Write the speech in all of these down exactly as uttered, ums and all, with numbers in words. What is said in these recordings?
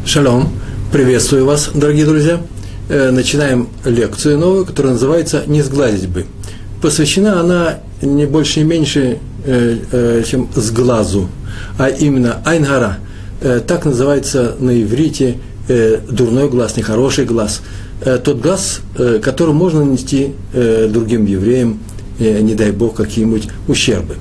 Шалом, приветствую вас, дорогие друзья. Начинаем лекцию новую, которая называется «Не сглазить бы». Посвящена она не больше, не меньше, чем «сглазу», а именно «айн-гара». Так называется на иврите дурной глаз, нехороший глаз. Тот глаз, который можно нанести другим евреям, не дай Бог, какие-нибудь ущербы.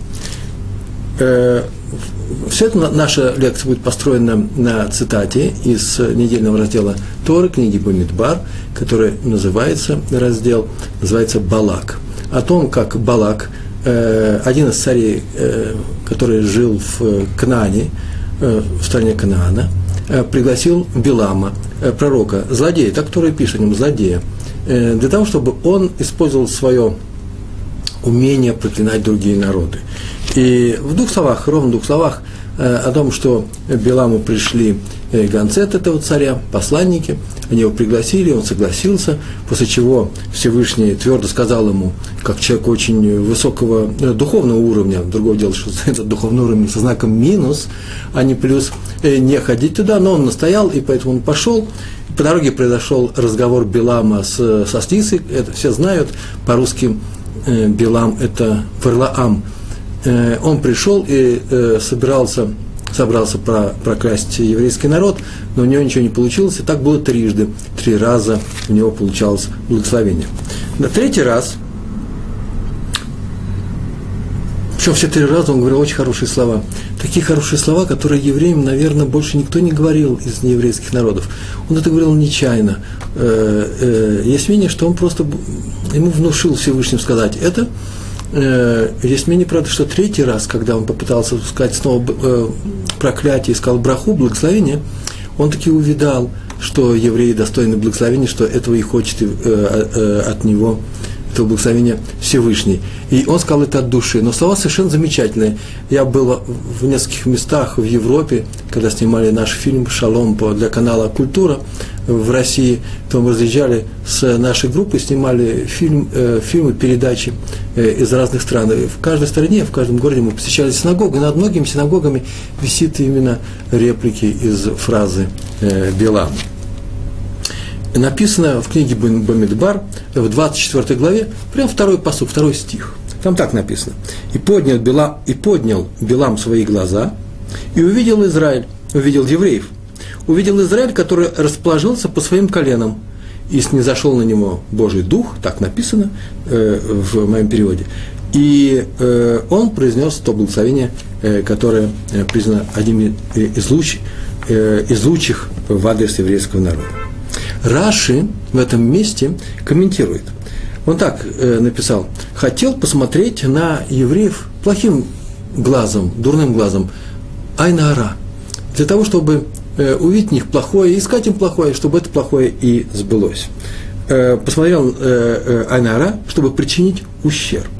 Все это наша лекция будет построена на цитате из недельного раздела Торы, книги Бамидбар, который называется, раздел, называется «Балак». О том, как Балак, один из царей, который жил в Кнаане, в стране Кнаана, пригласил Билама, пророка, злодея, так который пишет о нем, злодея, для того, чтобы он использовал свое умение проклинать другие народы. И в двух словах, ровно в двух словах, о том, что Биламу пришли гонцы от этого царя, посланники, они его пригласили, он согласился, после чего Всевышний твердо сказал ему, как человек очень высокого духовного уровня, другое дело, что этот духовный уровень со знаком минус, а не плюс, не ходить туда, но он настоял, и поэтому он пошел. По дороге произошел разговор Билама с, со Снисой, это все знают, по-русски Билам – это Варлаам. Он пришел и собирался, собрался про, проклясть еврейский народ, но у него ничего не получилось, и так было трижды. Три раза у него получалось благословение. На третий раз, причем все три раза он говорил очень хорошие слова. Такие хорошие слова, которые евреям, наверное, больше никто не говорил из нееврейских народов. Он это говорил нечаянно. Есть мнение, что он просто, ему внушил Всевышним сказать это. Есть мнение, правда, что третий раз, когда он попытался сказать снова э, проклятие, искал браху, благословение, он таки увидал, что евреи достойны благословения, что этого и хочет э, э, от него, этого благословения Всевышний. И он сказал это от души. Но слова совершенно замечательные. Я был в нескольких местах в Европе, когда снимали наш фильм «Шалом» для канала «Культура» в России, то мы разъезжали с нашей группой, снимали фильм, э, фильмы, передачи э, из разных стран. И в каждой стране, в каждом городе мы посещали синагогу, и над многими синагогами висит именно реплики из фразы э, Билама. Написано в книге Бамидбар, в двадцать четвёртой главе, прям второй пасук, второй стих. Там так написано. «И поднял, Билам, «И поднял Билам свои глаза, и увидел Израиль, увидел евреев, увидел Израиль, который расположился по своим коленам, и снизошел на него Божий Дух», так написано э, в моем переводе, и э, он произнес то благословение, э, которое э, признано одним из лучших, э, из лучших в адрес еврейского народа. Раши в этом месте комментирует. Он так э, написал: «Хотел посмотреть на евреев плохим глазом, дурным глазом, айн-гара, для того, чтобы э, увидеть в них плохое, искать им плохое, чтобы это плохое и сбылось. Э, посмотрел э, э, айн-гара, чтобы причинить ущерб».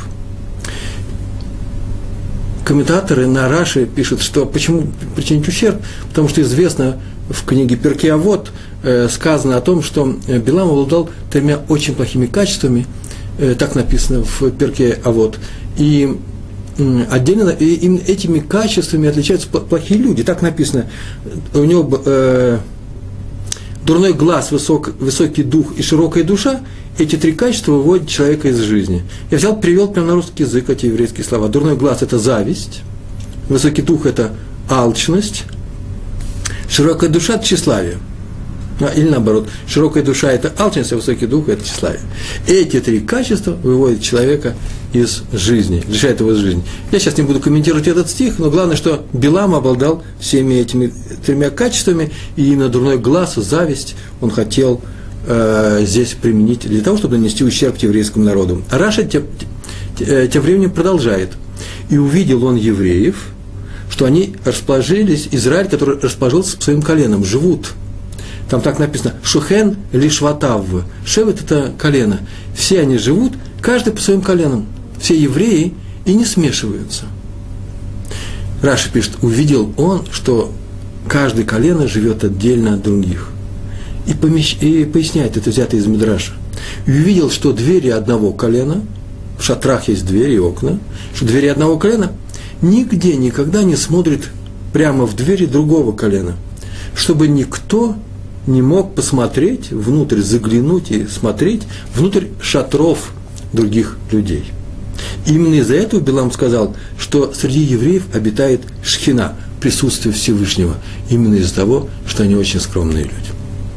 Комментаторы на Раши пишут, что почему причинить ущерб, потому что известно, в книге Перкей Авот э, сказано о том, что Билам обладал тремя очень плохими качествами, э, так написано в Перкей Авот, и э, отдельно и именно этими качествами отличаются плохие люди, так написано, у него э, дурной глаз, высок, высокий дух и широкая душа, эти три качества выводят человека из жизни. Я взял, перевел прямо на русский язык эти еврейские слова. Дурной глаз – это зависть, высокий дух – это алчность, широкая душа – это тщеславие. Или наоборот, широкая душа – это алчность, а высокий дух – это тщеславие. Эти три качества выводят человека из жизни, лишают его из жизни. Я сейчас не буду комментировать этот стих, но главное, что Билам обладал всеми этими тремя качествами, и именно дурной глаз, зависть он хотел э, здесь применить для того, чтобы нанести ущерб еврейскому народу. А Раша тем, тем временем продолжает. «И увидел он евреев, что они расположились, Израиль, который расположился по своим коленам, живут». Там так написано: «Шухен лишватав». Шевет – это колено. Все они живут, каждый по своим коленам. Все евреи и не смешиваются. Раши пишет: увидел он, что каждое колено живет отдельно от других. И, помещ... и поясняет, это взято из Мидраша. И увидел, что двери одного колена, в шатрах есть двери и окна, что двери одного колена нигде никогда не смотрят прямо в двери другого колена. чтобы никто не мог посмотреть внутрь, заглянуть и смотреть внутрь шатров других людей. Именно из-за этого Билам сказал, что среди евреев обитает шхина, присутствие Всевышнего, именно из-за того, что они очень скромные люди.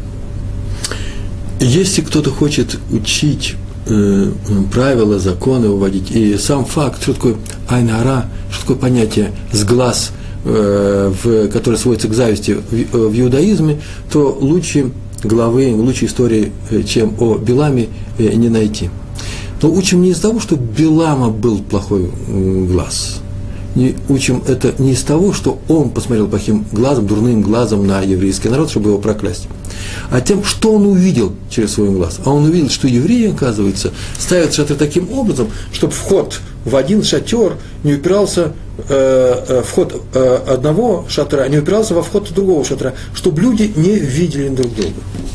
Если кто-то хочет учить э, правила, законы выводить, и сам факт, что такое айн-ара, что такое понятие с глаз, э, в, которое сводится к зависти в, в иудаизме, то лучше главы, лучше истории, чем о Биламе, э, не найти. Но учим не из того, что Билама был плохой глаз. Не учим это не из того, что он посмотрел плохим глазом, дурным глазом на еврейский народ, чтобы его проклясть, а тем, что он увидел через свой глаз. А он увидел, что евреи, оказывается, ставят шатры таким образом, чтобы вход в один шатер не упирался, э, вход э, одного шатра не упирался во вход другого шатра, чтобы люди не видели друг друга.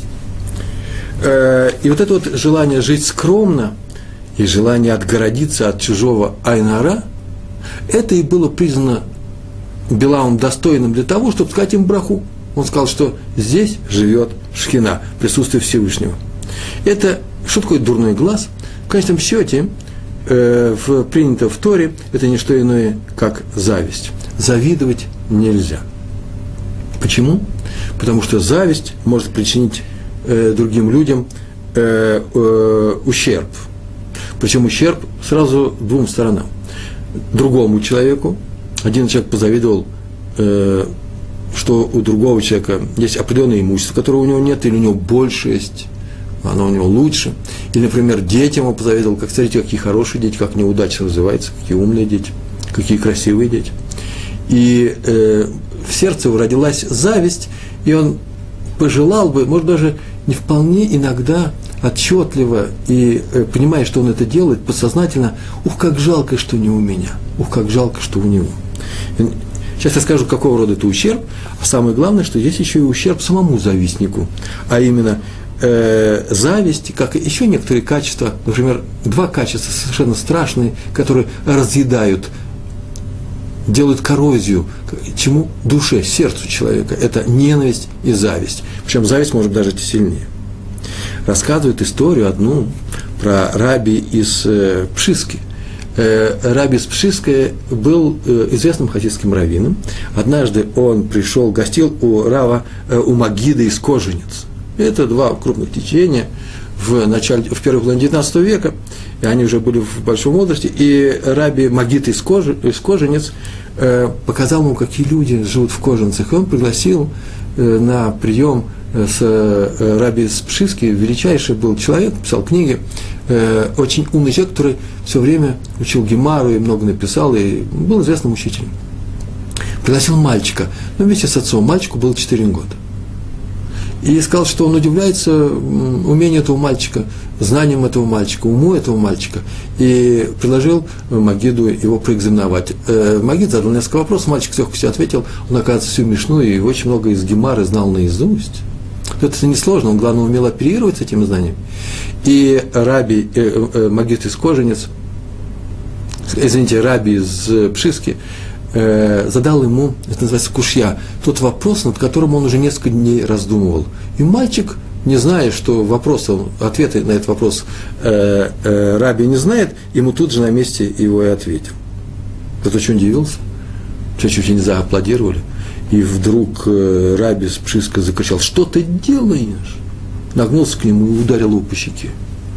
Э, и вот это вот желание жить скромно, и желание отгородиться от чужого айн-ара, это и было признано Биламом достойным для того, чтобы сказать им браху. Он сказал, что здесь живет шхина, присутствие Всевышнего. Это, что такое дурной глаз? В конечном счете, э, в, принято в Торе, это не что иное, как зависть. Завидовать нельзя. Почему? Потому что зависть может причинить э, другим людям э, э, ущерб. Причем ущерб сразу двум сторонам. Другому человеку, один человек позавидовал, э, что у другого человека есть определенное имущество, которого у него нет, или у него больше есть, оно у него лучше. Или, например, детям он позавидовал, как, смотрите, какие хорошие дети, как неудачно развиваются, какие умные дети, какие красивые дети. И э, в сердце его родилась зависть, и он пожелал бы, может, даже не вполне иногда отчетливо и э, понимая, что он это делает подсознательно, ух, как жалко, что не у меня, ух, как жалко, что у него. Сейчас я скажу, какого рода это ущерб, а самое главное, что есть еще и ущерб самому завистнику, а именно э, зависть, как и еще некоторые качества, например, два качества совершенно страшные, которые разъедают, делают коррозию, чему? Душе, сердцу человека. Это ненависть и зависть. Причем зависть может даже сильнее. Рассказывает историю одну про раби из э, Пшиски. Э, раби из Пшиска был э, известным хасидским раввином. Однажды он пришел, гостил у рава, э, у Магида из Кожениц. Это два крупных течения в, начале, в первой половине девятнадцатого века. И они уже были в большом возрасте. И раби Магид из, Кож, из Кожениц э, показал ему, какие люди живут в Коженцах. И он пригласил э, на прием с э, раби из Пшиски, величайший был человек, писал книги, э, очень умный человек, который все время учил Гемару и много написал, и был известным учителем. Пригласил мальчика, но вместе с отцом, мальчику было четыре года. И сказал, что он удивляется умению этого мальчика, знанием этого мальчика, уму этого мальчика, и предложил Магиду его проэкзаменовать. Магид задал несколько вопросов, мальчик с легкостью ответил, он, оказывается, всю Мишну и очень много из Гемары знал наизусть. Это несложно, он, главное, умел оперировать с этими знаниями. И раби, э, э, Магид из Кожениц, извините, раби из Пшиски, э, задал ему, это называется кушья, тот вопрос, над которым он уже несколько дней раздумывал. И мальчик, не зная, что вопроса, ответа на этот вопрос э, э, раби не знает, ему тут же на месте его и ответил. Тот очень удивился, чуть-чуть не зааплодировали. И вдруг э, раби с Пшиска закричал: «Что ты делаешь?» Нагнулся к нему и ударил его по щеке.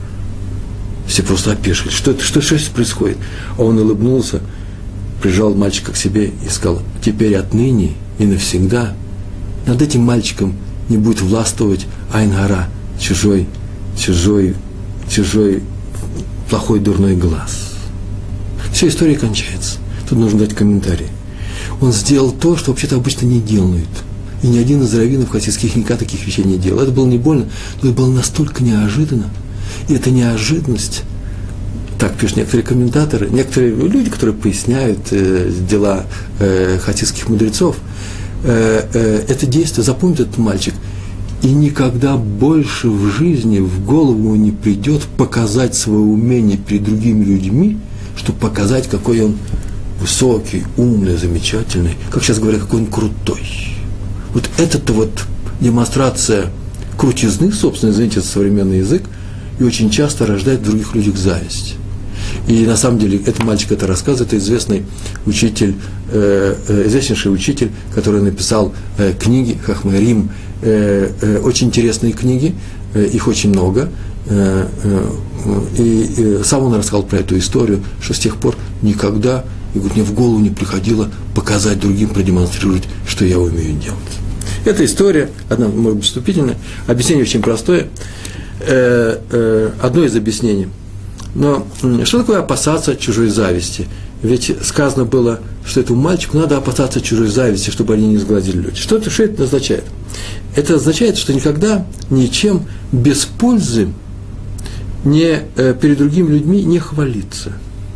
Все просто опешили. Что это, что, что здесь происходит? А он улыбнулся, прижал мальчика к себе и сказал: «Теперь отныне и навсегда над этим мальчиком не будет властвовать айн-ара, чужой, чужой, чужой плохой дурной глаз». Все, история кончается. Тут нужно дать комментарий. Он сделал то, что вообще-то обычно не делают. И ни один из раввинов хасидских никогда таких вещей не делал. Это было не больно, но это было настолько неожиданно. И эта неожиданность, так пишут некоторые комментаторы, некоторые люди, которые поясняют э, дела э, хасидских мудрецов, э, э, это действие запомнит этот мальчик, и никогда больше в жизни в голову не придет показать свое умение перед другими людьми, чтобы показать, какой он высокий, умный, замечательный, как сейчас говорят, какой он крутой. Вот это-то вот демонстрация крутизны, собственно, извините, это современный язык, и очень часто рождает в других людях зависть. И на самом деле, этот мальчик это рассказывает, это известный учитель, э, э, известнейший учитель, который написал э, книги Хахмарим, э, э, очень интересные книги, э, их очень много, э, э, и э, сам он рассказал про эту историю, что с тех пор никогда, и говорит, мне в голову не приходило показать другим, продемонстрировать, что я умею делать. Эта история, одна, может быть, вступительная, объяснение очень простое, э, э, одно из объяснений. Но что такое опасаться чужой зависти? Ведь сказано было, что этому мальчику надо опасаться чужой зависти, чтобы они не сглазили люди. Что это, что это означает? Это означает, что никогда ничем без пользы не, э, перед другими людьми не хвалиться.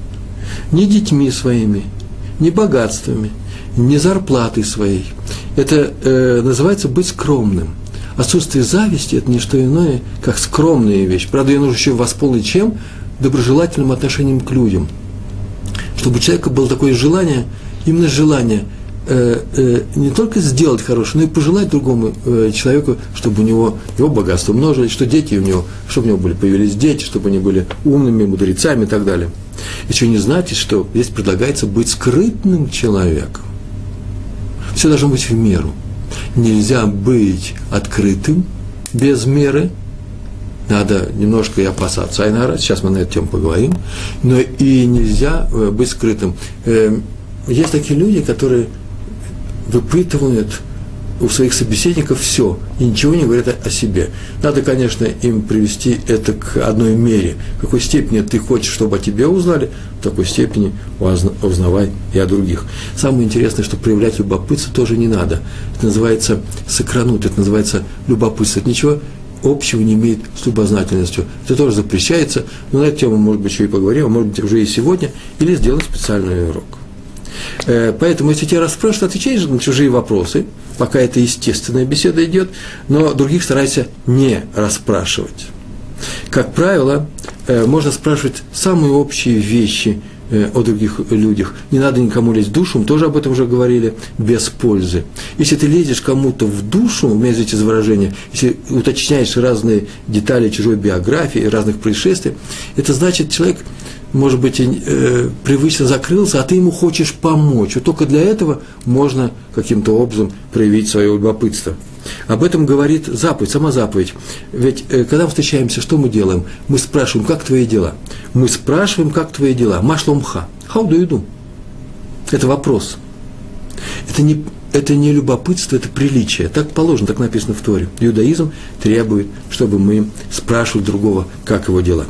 Ни детьми своими, ни богатствами, ни зарплатой своей. Это э, называется быть скромным. Отсутствие зависти – это не что иное, как скромная вещь. Правда, ее нужно еще восполнить чем? Доброжелательным отношением к людям. Чтобы у человека было такое желание, именно желание э, э, не только сделать хорошее, но и пожелать другому э, человеку, чтобы у него его богатство умножилось, что дети у него, чтобы у него были, появились дети, чтобы они были умными, мудрецами и так далее. Еще не знаете, что здесь предлагается быть скрытным человеком. Все должно быть в меру. Нельзя быть открытым без меры. Надо немножко и опасаться айнара, сейчас мы на эту тему поговорим, но и нельзя быть скрытым. Есть такие люди, которые выпытывают у своих собеседников все и ничего не говорят о себе. Надо, конечно, им привести это к одной мере. В какой степени ты хочешь, чтобы о тебе узнали, в такой степени узнавай и о других. Самое интересное, что проявлять любопытство тоже не надо. Это называется сокранут, это называется любопытство. Это ничего общего не имеет с любознательностью. Это тоже запрещается, но на эту тему, может быть, еще и поговорим, а может быть, уже и сегодня, или сделаем специальный урок. Поэтому, если тебя расспрашивают, отвечаешь на чужие вопросы, пока это естественная беседа идет, но других старайся не расспрашивать. Как правило, можно спрашивать самые общие вещи о других людях. Не надо никому лезть в душу, мы тоже об этом уже говорили, без пользы. Если ты лезешь кому-то в душу, у меня извините за выражение, если уточняешь разные детали чужой биографии, разных происшествий, это значит, человек, может быть, э, привычно закрылся, а ты ему хочешь помочь. Вот только для этого можно каким-то образом проявить свое любопытство. Об этом говорит заповедь, сама заповедь. Ведь э, когда мы встречаемся, что мы делаем? Мы спрашиваем, как твои дела? Мы спрашиваем, как твои дела? Машломха. How do you do? Это вопрос. Это не, это не любопытство, это приличие. Так положено, так написано в Торе. Иудаизм требует, чтобы мы спрашивали другого, как его дела.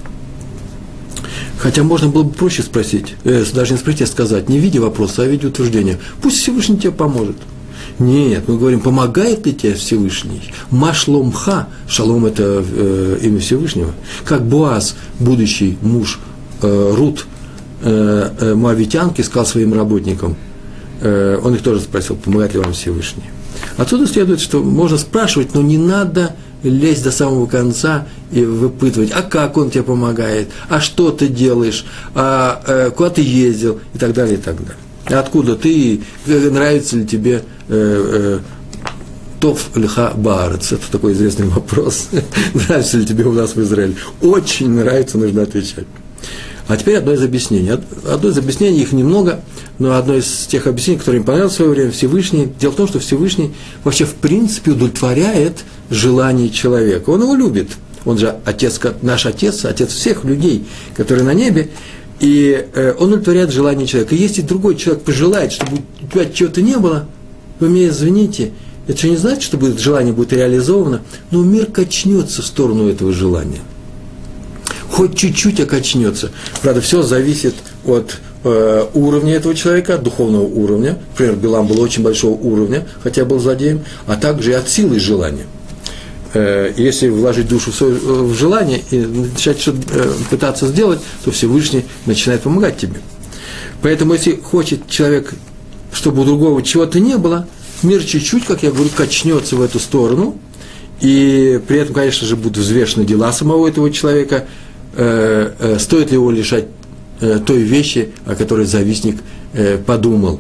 Хотя можно было бы проще спросить, э, даже не спросить, а сказать, не в виде вопроса, а в виде утверждения. Пусть Всевышний тебе поможет. Нет, мы говорим, помогает ли тебе Всевышний? Машломха, шалом – это э, имя Всевышнего. Как Боаз, будущий муж э, Рут, э, э, моавитянки, сказал своим работникам, э, он их тоже спросил, помогает ли вам Всевышний. Отсюда следует, что можно спрашивать, но не надо лезть до самого конца и выпытывать, а как он тебе помогает, а что ты делаешь, а э, куда ты ездил и так далее, и так далее. Откуда ты, нравится ли тебе э, э, Тов лиха баарец? Это такой известный вопрос. Нравится ли тебе у нас в Израиле? Очень нравится, нужно отвечать. А теперь одно из объяснений. Одно из объяснений, их немного, но одно из тех объяснений, которые мне понравилось в свое время, Всевышний. Дело в том, что Всевышний вообще в принципе удовлетворяет желание человека. Он его любит. Он же отец, наш отец, отец всех людей, которые на небе. И э, он удовлетворяет желание человека. И если другой человек пожелает, чтобы у тебя чего-то не было, вы меня извините, это же не значит, что будет, желание будет реализовано, но мир качнется в сторону этого желания. Хоть чуть-чуть окачнется. Правда, все зависит от э, уровня этого человека, от духовного уровня. Например, Билам был очень большого уровня, хотя был злодеем, а также и от силы желания. Если вложить душу в, свое, в желание и начать что-то пытаться сделать, то Всевышний начинает помогать тебе. Поэтому, если хочет человек, чтобы у другого чего-то не было, мир чуть-чуть, как я говорю, качнется в эту сторону, и при этом, конечно же, будут взвешены дела самого этого человека, э, э, стоит ли его лишать э, той вещи, о которой завистник э, подумал.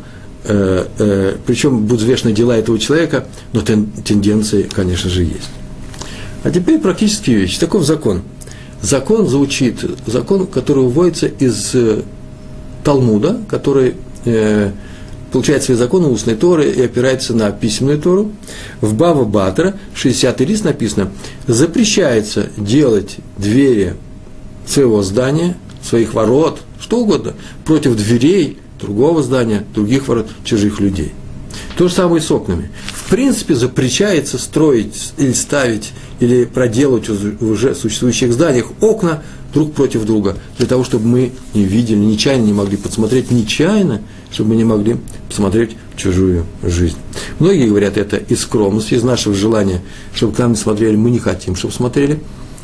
э, э, причем будут взвешены дела этого человека, но тен, тенденции, конечно же, есть. А теперь практические вещи. Таков закон. Закон звучит, закон, который выводится из э, Талмуда, который э, получает свои законы устной Торы и опирается на письменную Тору. В Бава Батра, шестидесятый лист написано: запрещается делать двери своего здания, своих ворот, что угодно, против дверей другого здания, других ворот, чужих людей. То же самое и с окнами. В принципе, запрещается строить или ставить, или проделывать в уже существующих зданиях окна друг против друга, для того, чтобы мы не видели, нечаянно не могли подсмотреть, нечаянно, чтобы мы не могли посмотреть в чужую жизнь. Многие говорят это из скромности, из нашего желания, чтобы к нам не смотрели, мы не хотим, чтобы смотрели.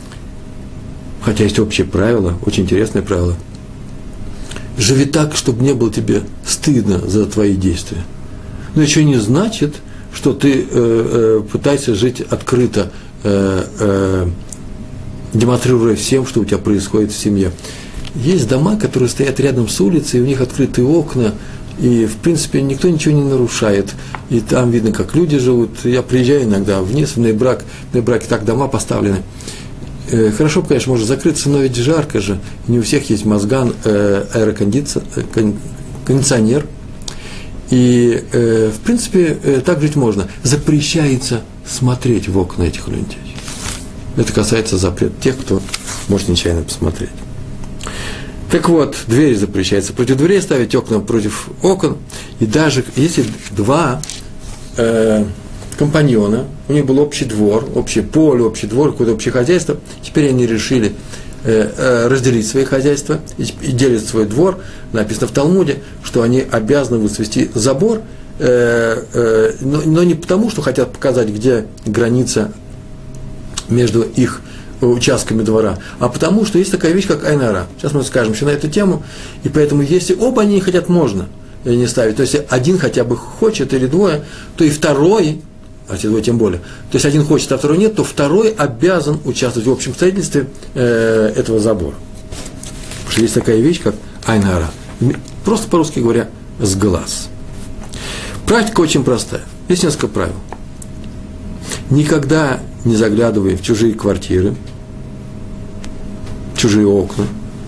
Хотя есть общее правило, очень интересное правило. Живи так, чтобы не было тебе стыдно за твои действия. Но еще не значит, что ты э, э, пытаешься жить открыто, э, э, демонстрируя всем, что у тебя происходит в семье. Есть дома, которые стоят рядом с улицей, и у них открытые окна, и, в принципе, никто ничего не нарушает. И там видно, как люди живут. Я приезжаю иногда вниз, в Нейбрак, в Нейбраке так дома поставлены. Хорошо, конечно, можно закрыться, но ведь жарко же. Не у всех есть мозган, э, аэрокондиционер. И, э, в принципе, э, так жить можно. Запрещается смотреть в окна этих людей. Это касается запрета тех, кто может нечаянно посмотреть. Так вот, двери запрещается. Против дверей ставить окна против окон. И даже если два э, компаньона, у них был общий двор, общее поле, общий двор, какое-то общее хозяйство, теперь они решили э, э, разделить свои хозяйства и, и делят свой двор. Написано в Талмуде, что они обязаны возвести забор, э, э, но, но не потому, что хотят показать, где граница между их участками двора, а потому, что есть такая вещь, как айнара. Сейчас мы скажем еще на эту тему, и поэтому, если оба они не хотят, можно не ставить. То есть, если один хотя бы хочет или двое, то и второй, а те двое тем более, то есть, один хочет, а второй нет, то второй обязан участвовать в общем строительстве э, этого забора. Потому что есть такая вещь, как айнара. Просто по-русски говоря, с глаз. Практика очень простая. Есть несколько правил. Никогда не заглядывай в чужие квартиры, в чужие окна,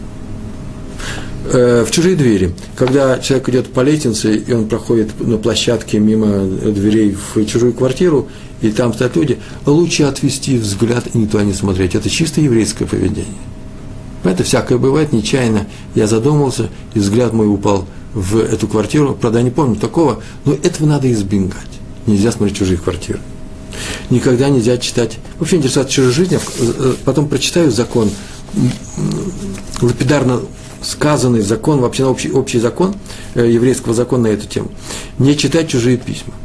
э, в чужие двери. Когда человек идет по лестнице, и он проходит на площадке мимо дверей в чужую квартиру, и там стоят люди, лучше отвести взгляд и не туда не смотреть. Это чисто еврейское поведение. Это всякое бывает, нечаянно я задумался, и взгляд мой упал в эту квартиру. Правда, я не помню такого, но этого надо избегать. Нельзя смотреть чужие квартиры. Никогда нельзя читать, вообще интересоваться чужой жизнью, потом прочитаю закон, лапидарно сказанный закон, вообще общий, общий закон еврейского закона на эту тему. Не читать чужие письма,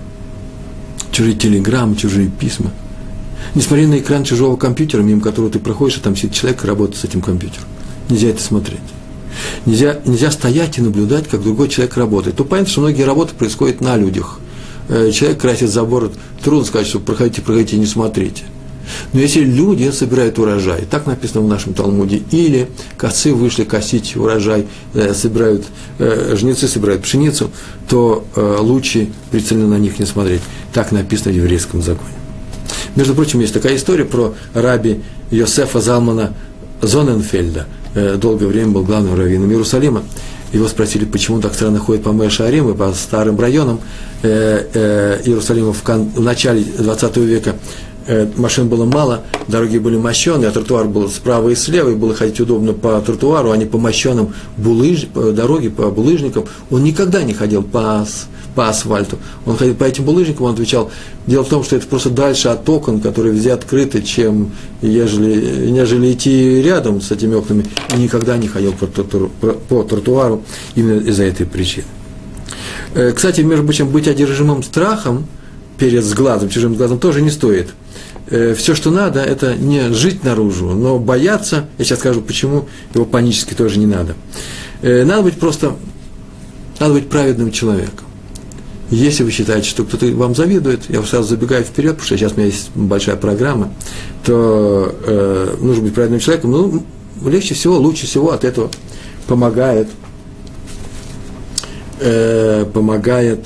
чужие телеграммы, чужие письма. Не смотри на экран чужого компьютера, мимо которого ты проходишь, а там сидит человек и работает с этим компьютером. Нельзя это смотреть. Нельзя, нельзя стоять и наблюдать, как другой человек работает. То понятно, что многие работы происходят на людях. Человек красит забор, трудно сказать, что проходите, проходите, не смотрите. Но если люди собирают урожай, так написано в нашем Талмуде, или косы вышли косить урожай, собирают, жнецы собирают пшеницу, то лучше прицельно на них не смотреть. Так написано в еврейском законе. Между прочим, есть такая история про раби Йосефа Залмана Зоненфельда. Долгое время был главным раввином Иерусалима. Его спросили, почему он так странно ходит по Меа-Шаарим и по старым районам э, э, Иерусалима в, кон, в начале двадцатого века. Э, машин было мало, дороги были мощеные, а тротуар был справа и слева, и было ходить удобно по тротуару, а не по мощенным булыж, по дороге, по булыжникам. Он никогда не ходил по, по асфальту. Он ходил по этим булыжникам, он отвечал, дело в том, что это просто дальше от окон, которые везде открыты, чем ежели, нежели идти рядом с этими окнами, и никогда не ходил по, по, по тротуару именно из-за этой причины. Кстати, между прочим, быть одержимым страхом перед глазом, чужим глазом тоже не стоит. Все, что надо, это не жить наружу, но бояться, я сейчас скажу почему, его панически тоже не надо. Надо быть просто, надо быть праведным человеком. Если вы считаете, что кто-то вам завидует, я сразу забегаю вперед, потому что сейчас у меня есть большая программа, то э, нужно быть праведным человеком. Ну, легче всего, лучше всего от этого помогает э, помогает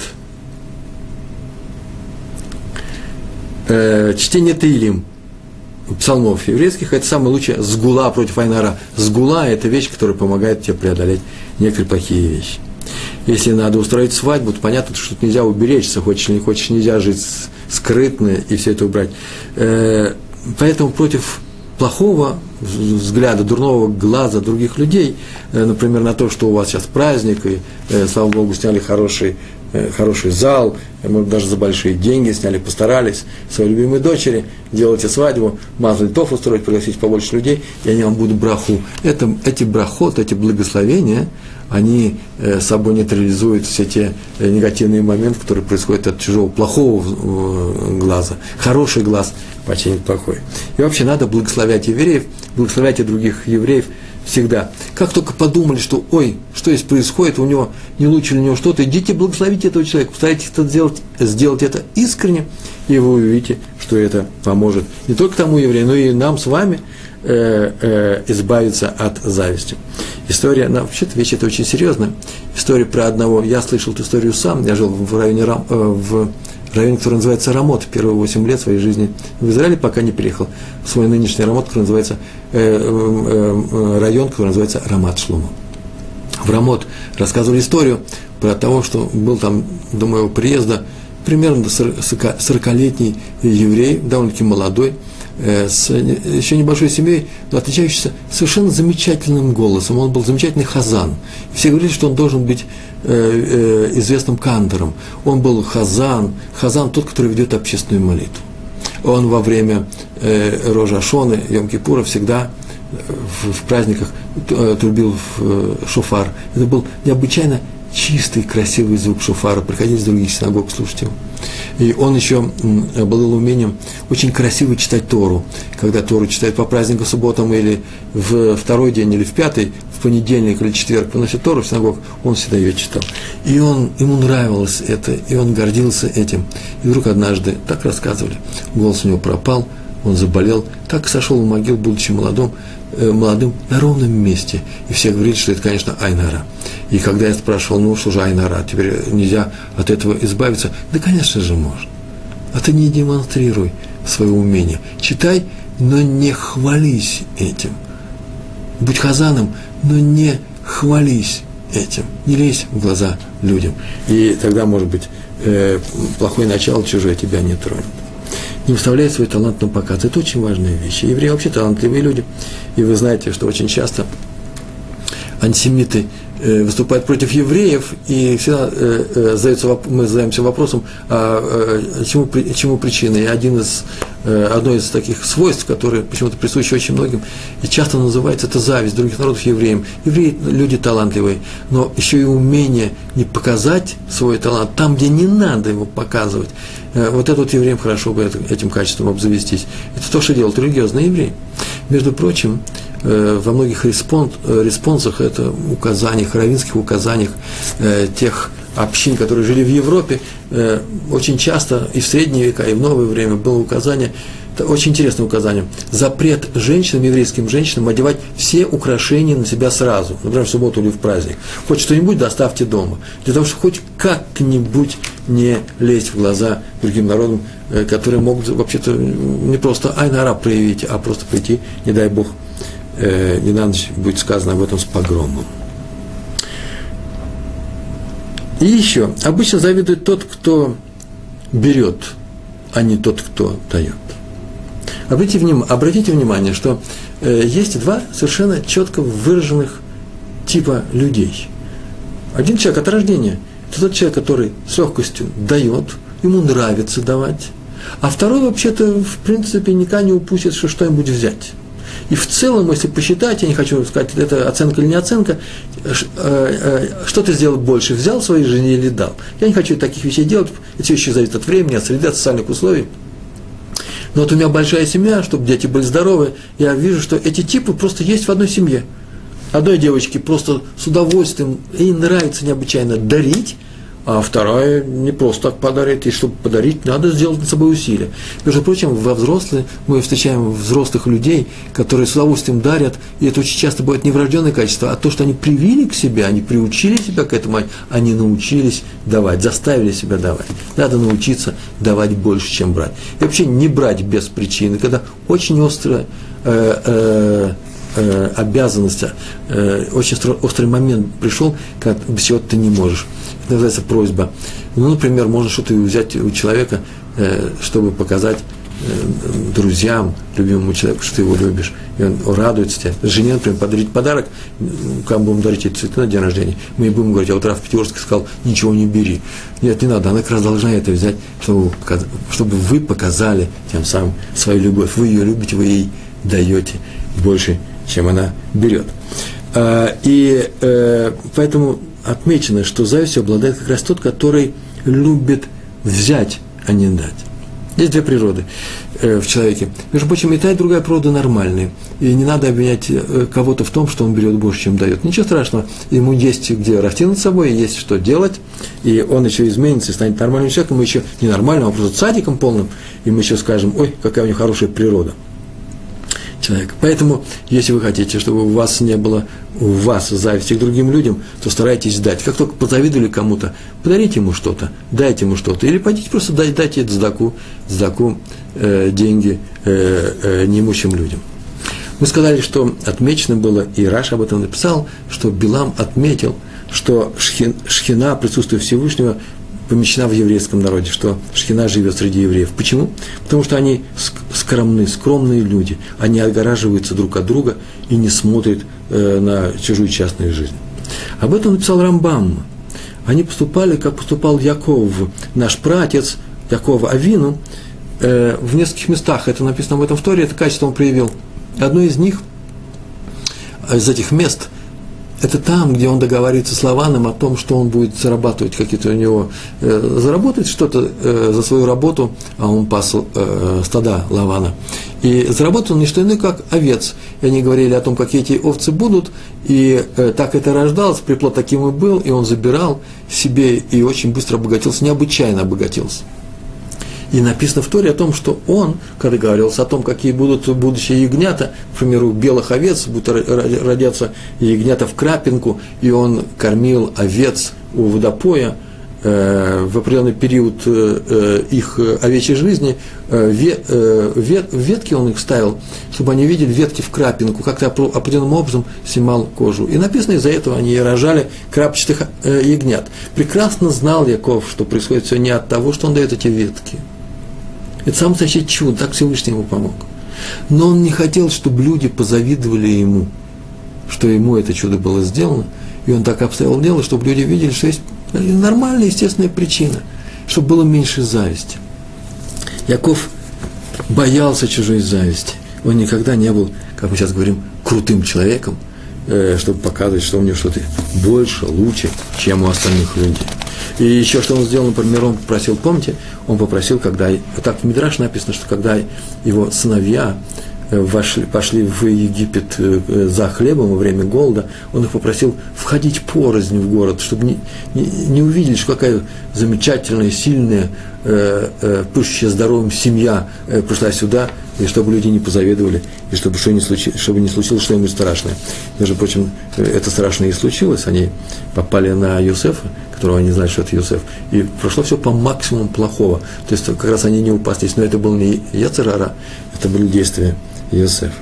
э, чтение Теилим, псалмов еврейских, это самая лучшая сгула против айнара. Сгула – это вещь, которая помогает тебе преодолеть некоторые плохие вещи. Если надо устроить свадьбу, то понятно, что тут нельзя уберечься, хочешь или не хочешь, нельзя жить скрытно и все это убрать. Э, поэтому против плохого взгляда, дурного глаза других людей, э, например, на то, что у вас сейчас праздник, и, э, слава Богу, сняли хороший, э, хороший зал, мы даже за большие деньги сняли, постарались, своей любимой дочери, делайте свадьбу, мазали тоф устроить, пригласить побольше людей, и они вам будут браху. Это, эти брахот, эти благословения, они э, собой нейтрализуют все те э, негативные моменты, которые происходят от чужого плохого э, глаза. Хороший глаз починит плохой. И вообще надо благословлять евреев, благословлять и других евреев всегда. Как только подумали, что ой, что здесь происходит, у него не лучше у него что-то, идите благословите этого человека, постарайтесь это сделать, сделать это искренне, и вы увидите, что это поможет не только тому еврею, но и нам с вами э, э, избавиться от зависти. История, ну, вообще-то вещь это очень серьезная. История про одного, я слышал эту историю сам, я жил в районе, э, в районе, который называется Рамот, первые восемь лет своей жизни в Израиле, пока не переехал в свой нынешний Рамот, который называется, э, э, э, район, который называется Рамат Шломо. В Рамот рассказывали историю про того, что был там до моего приезда примерно сорокалетний еврей, довольно-таки молодой, с еще небольшой семьей, но отличающийся совершенно замечательным голосом. Он был замечательный хазан. Все говорили, что он должен быть э, э, известным кантором. Он был хазан, хазан тот, который ведет общественную молитву. Он во время э, Рожа Шоны, Йом-Кипура всегда в, в праздниках трубил в шофар. Это был необычайно чистый, красивый звук шофара. Приходили из других синагог слушать его. И он еще обладал умением очень красиво читать Тору. Когда Тору читают по праздникам, субботам или в второй день, или в пятый, в понедельник или четверг приносит Тору в синагог, он всегда ее читал. И он, ему нравилось это, и он гордился этим. И вдруг однажды, так рассказывали, голос у него пропал, он заболел, так сошел в могилу, будучи молодым, молодым на ровном месте. И все говорили, что это, конечно, айнара. И когда я спрашивал, ну что же айнара, теперь нельзя от этого избавиться? Да, конечно же, можно. А ты не демонстрируй свое умение. Читай, но не хвались этим. Будь хазаном, но не хвались этим. Не лезь в глаза людям. И тогда, может быть, э, плохое начало чужое тебя не тронет. Не выставляй свой талант на показ. Это очень важная вещь. Евреи вообще талантливые люди. И вы знаете, что очень часто антисемиты э, выступают против евреев, и всегда э, э, задается, мы задаемся вопросом, а, э, чему, чему причина. И один из, э, одно из таких свойств, которые почему-то присущи очень многим, и часто называется, это зависть других народов евреям. Евреи – люди талантливые, но еще и умение не показать свой талант там, где не надо его показывать. Вот этот евреям хорошо бы этим качеством обзавестись. Это то, что делают религиозные евреи. Между прочим, во многих респонсах, это указаниях, раввинских указаниях тех общин, которые жили в Европе, очень часто и в средние века, и в новое время было указание, это очень интересное указание, запрет женщинам, еврейским женщинам одевать все украшения на себя сразу, например, в субботу или в праздник. Хоть что-нибудь доставьте дома, для того, чтобы хоть как-нибудь не лезть в глаза другим народам, которые могут вообще-то не просто айнара проявить, а просто прийти, не дай Бог, не на ночь будет сказано об этом с погромом. И еще, обычно завидует тот, кто берет, а не тот, кто дает. Обратите внимание, обратите внимание, что э, есть два совершенно четко выраженных типа людей. Один человек от рождения – это тот человек, который с легкостью дает, ему нравится давать, а второй вообще-то, в принципе, никогда не упустит, что что-нибудь взять. И в целом, если посчитать, я не хочу сказать, это оценка или не оценка, что ты сделал больше, взял своей жене или дал. Я не хочу таких вещей делать, это все еще зависит от времени, от среды, от социальных условий. Но вот у меня большая семья, чтобы дети были здоровы, я вижу, что эти типы просто есть в одной семье. Одной девочке просто с удовольствием, ей нравится необычайно дарить, а вторая не просто так подарит, и чтобы подарить, надо сделать над собой усилия. Между прочим, во взрослые мы встречаем взрослых людей, которые с удовольствием дарят, и это очень часто бывает не врожденное качество, а то, что они привили к себе, они приучили себя к этому, они научились давать, заставили себя давать. Надо научиться давать больше, чем брать. И вообще не брать без причины, когда очень острая э, э, э, обязанность, э, очень острый момент пришел, когда без чего ты не можешь. Это называется просьба. Ну, например, можно что-то взять у человека, э, чтобы показать э, друзьям, любимому человеку, что ты его любишь, и он радуется тебе. Жене, например, подарить подарок, когда мы будем дарить эти цветы на день рождения, мы ей будем говорить, а вот Рав Пятигорский сказал, ничего не бери. Нет, не надо, она как раз должна это взять, чтобы, чтобы вы показали тем самым свою любовь. Вы ее любите, вы ей даете больше, чем она берет. И поэтому отмечено, что завистью обладает как раз тот, который любит взять, а не дать. Есть две природы э, в человеке. Между прочим, и та, и другая природа нормальные. И не надо обвинять э, кого-то в том, что он берет больше, чем дает. Ничего страшного. Ему есть где расти над собой, есть что делать. И он еще изменится и станет нормальным человеком. Мы еще не нормальным, а просто садиком полным. И мы еще скажем, ой, какая у него хорошая природа. Человека. Поэтому, если вы хотите, чтобы у вас не было у вас зависти к другим людям, то старайтесь дать. Как только позавидовали кому-то, подарите ему что-то, дайте ему что-то. Или пойдите просто дайте, дайте это сдаку, сдаку э, деньги э, э, неимущим людям. Мы сказали, что отмечено было, и Раши об этом написал, что Билам отметил, что шхин, шхина, присутствие Всевышнего, помещена в еврейском народе, что шхина живет среди евреев. Почему? Потому что они скромны, скромные люди. Они отгораживаются друг от друга и не смотрят э, на чужую частную жизнь. Об этом написал Рамбам. Они поступали, как поступал Яков, наш праотец Якова Авину, э, в нескольких местах. Это написано об этом в Торе, это качество он проявил. Одно из них, из этих мест, это там, где он договаривается с Лаваном о том, что он будет зарабатывать какие-то у него, э, заработать что-то э, за свою работу, а он пас э, стада Лавана. И заработал он не что иное, как овец. И они говорили о том, какие эти овцы будут, и э, так это рождалось, приплод таким и был, и он забирал себе и очень быстро обогатился, необычайно обогатился. И написано в Торе о том, что он, когда говорился о том, какие будут будущие ягнята, к примеру, белых овец, будут родятся ягнята в крапинку, и он кормил овец у водопоя, э, в определенный период э, их овечьей жизни, э, вет, э, вет, ветки он их ставил, чтобы они видели ветки в крапинку, как-то определенным образом снимал кожу. И написано, из-за этого они рожали крапчатых э, ягнят. Прекрасно знал Яков, что происходит все не от того, что он дает эти ветки. Это самое настоящее чудо, так Всевышний ему помог. Но он не хотел, чтобы люди позавидовали ему, что ему это чудо было сделано, и он так обставил дело, чтобы люди видели, что есть нормальная, естественная причина, чтобы было меньше зависти. Яков боялся чужой зависти. Он никогда не был, как мы сейчас говорим, крутым человеком, чтобы показывать, что у него что-то больше, лучше, чем у остальных людей. И еще что он сделал, например, он попросил, помните, он попросил, когда, так в Мидраше написано, что когда его сыновья вошли, пошли в Египет за хлебом во время голода, он их попросил входить порознь в город, чтобы не, не, не увидели, что какая замечательная, сильная, э, э, пышущая здоровым семья э, пришла сюда, и чтобы люди не позавидовали, и чтобы, что не случилось, чтобы не случилось что-нибудь страшное. Между прочим, это страшное и случилось, они попали на Йосефа, которого они знали, что это Йосеф, и прошло все по максимуму плохого. То есть, как раз они не упаслись, но это был не Йецер ара, это были действия Йосефа.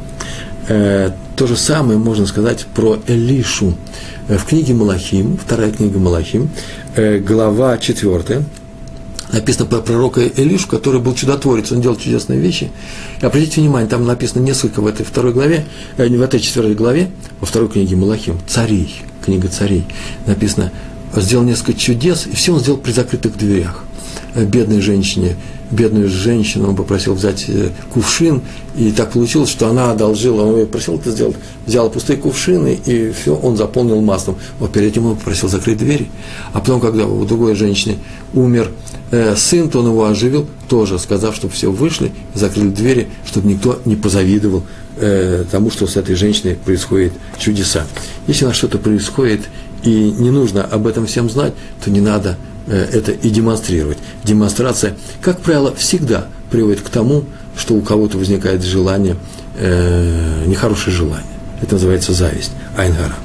Э, то же самое можно сказать про Элишу. В книге Малахим, вторая книга Малахим, э, глава четвертая, написано про пророка Элишу, который был чудотворец, он делал чудесные вещи. И обратите внимание, там написано несколько в этой второй главе, э, в этой четвертой главе, во второй книге Малахим, царей, книга царей, написано, сделал несколько чудес, и все он сделал при закрытых дверях. Бедной женщине, бедную женщину он попросил взять кувшин, и так получилось, что она одолжила, он ее просил это сделать, взяла пустые кувшины, и все, он заполнил маслом. Вот перед этим он попросил закрыть двери. А потом, когда у другой женщины умер э, сын, то он его оживил, тоже сказав, чтобы все вышли, закрыли двери, чтобы никто не позавидовал э, тому, что с этой женщиной происходит чудеса. Если у нас что-то происходит, и не нужно об этом всем знать, то не надо это и демонстрировать. Демонстрация, как правило, всегда приводит к тому, что у кого-то возникает желание, э, нехорошее желание. Это называется зависть, айн гара.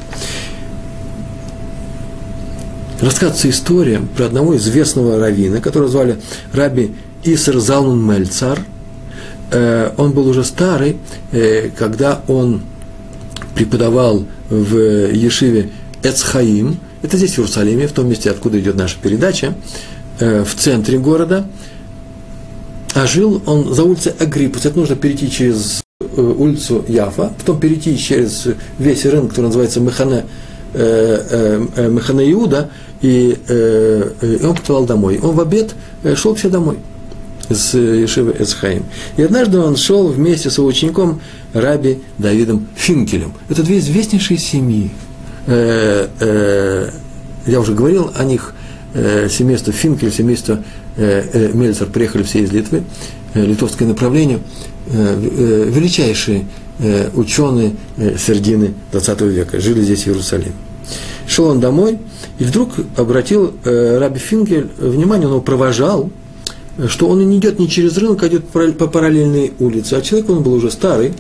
Рассказывается история про одного известного раввина, которого звали Раби Исер Залман Мельцар. Э, он был уже старый, э, когда он преподавал в ешиве Эц Хаим. Это здесь, в Иерусалиме, в том месте, откуда идет наша передача, э, в центре города. А жил он за улицей Агриппус. Это нужно перейти через э, улицу Яфа, потом перейти через весь рынок, который называется Механе, э, э, Механе Иуда, и, э, и он попал домой. Он в обед э, шел к себе домой с ешивы Эц Хаим. И однажды он шел вместе с его учеником Раби Давидом Финкелем. Это две известнейшие семьи. Э, э, я уже говорил о них, э, семейство Финкель, семейство э, э, Мельцер приехали все из Литвы, э, литовское направление, э, э, величайшие э, ученые э, середины двадцатого века, жили здесь, в Иерусалиме. Шел он домой, и вдруг обратил э, Раби Финкель внимание, он его провожал, что он не идет не через рынок, а идет по параллельной улице, а человек он был уже старый.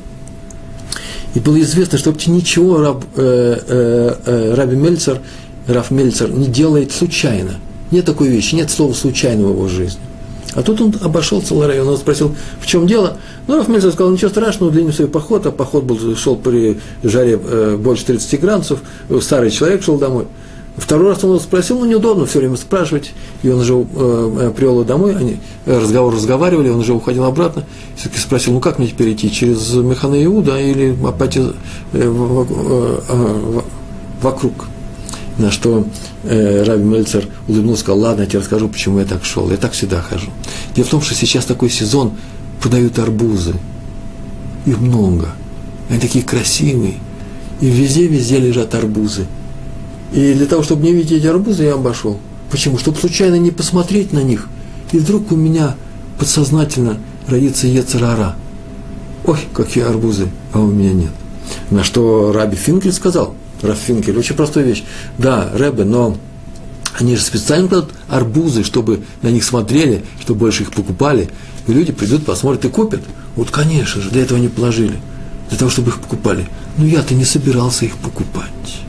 И было известно, что вообще ничего раб, э, э, э, Раби Мельцер, Раф Мельцер не делает случайно. Нет такой вещи, нет слова случайного в его жизни. А тут он обошел целый район, он спросил, в чем дело. Ну, Раф Мельцер сказал, ничего страшного, удлинил свой поход, а поход был, шел при жаре э, больше тридцати градусов, старый человек шел домой. Второй раз он его спросил, ну, неудобно все время спрашивать, и он уже э, привел его домой, они разговор разговаривали, он уже уходил обратно, и все-таки спросил, ну, как мне теперь идти, через Механе Иуда или пойти э, в, э, э, вокруг? На что э, Раби Мельцер улыбнулся, сказал, ладно, я тебе расскажу, почему я так шел, я так всегда хожу. Дело в том, что сейчас такой сезон, продают арбузы, их много, они такие красивые, и везде-везде лежат арбузы. И для того, чтобы не видеть эти арбузы, я обошел. Почему? Чтобы случайно не посмотреть на них. И вдруг у меня подсознательно родится йецер ара. Ой, какие арбузы, а у меня нет. На что Раби Финкель сказал, Рав Финкель, очень простая вещь. Да, Ребе, но они же специально кладут арбузы, чтобы на них смотрели, чтобы больше их покупали. И люди придут, посмотрят и купят. Вот, конечно же, для этого они положили. Для того, чтобы их покупали. Но я-то не собирался их покупать.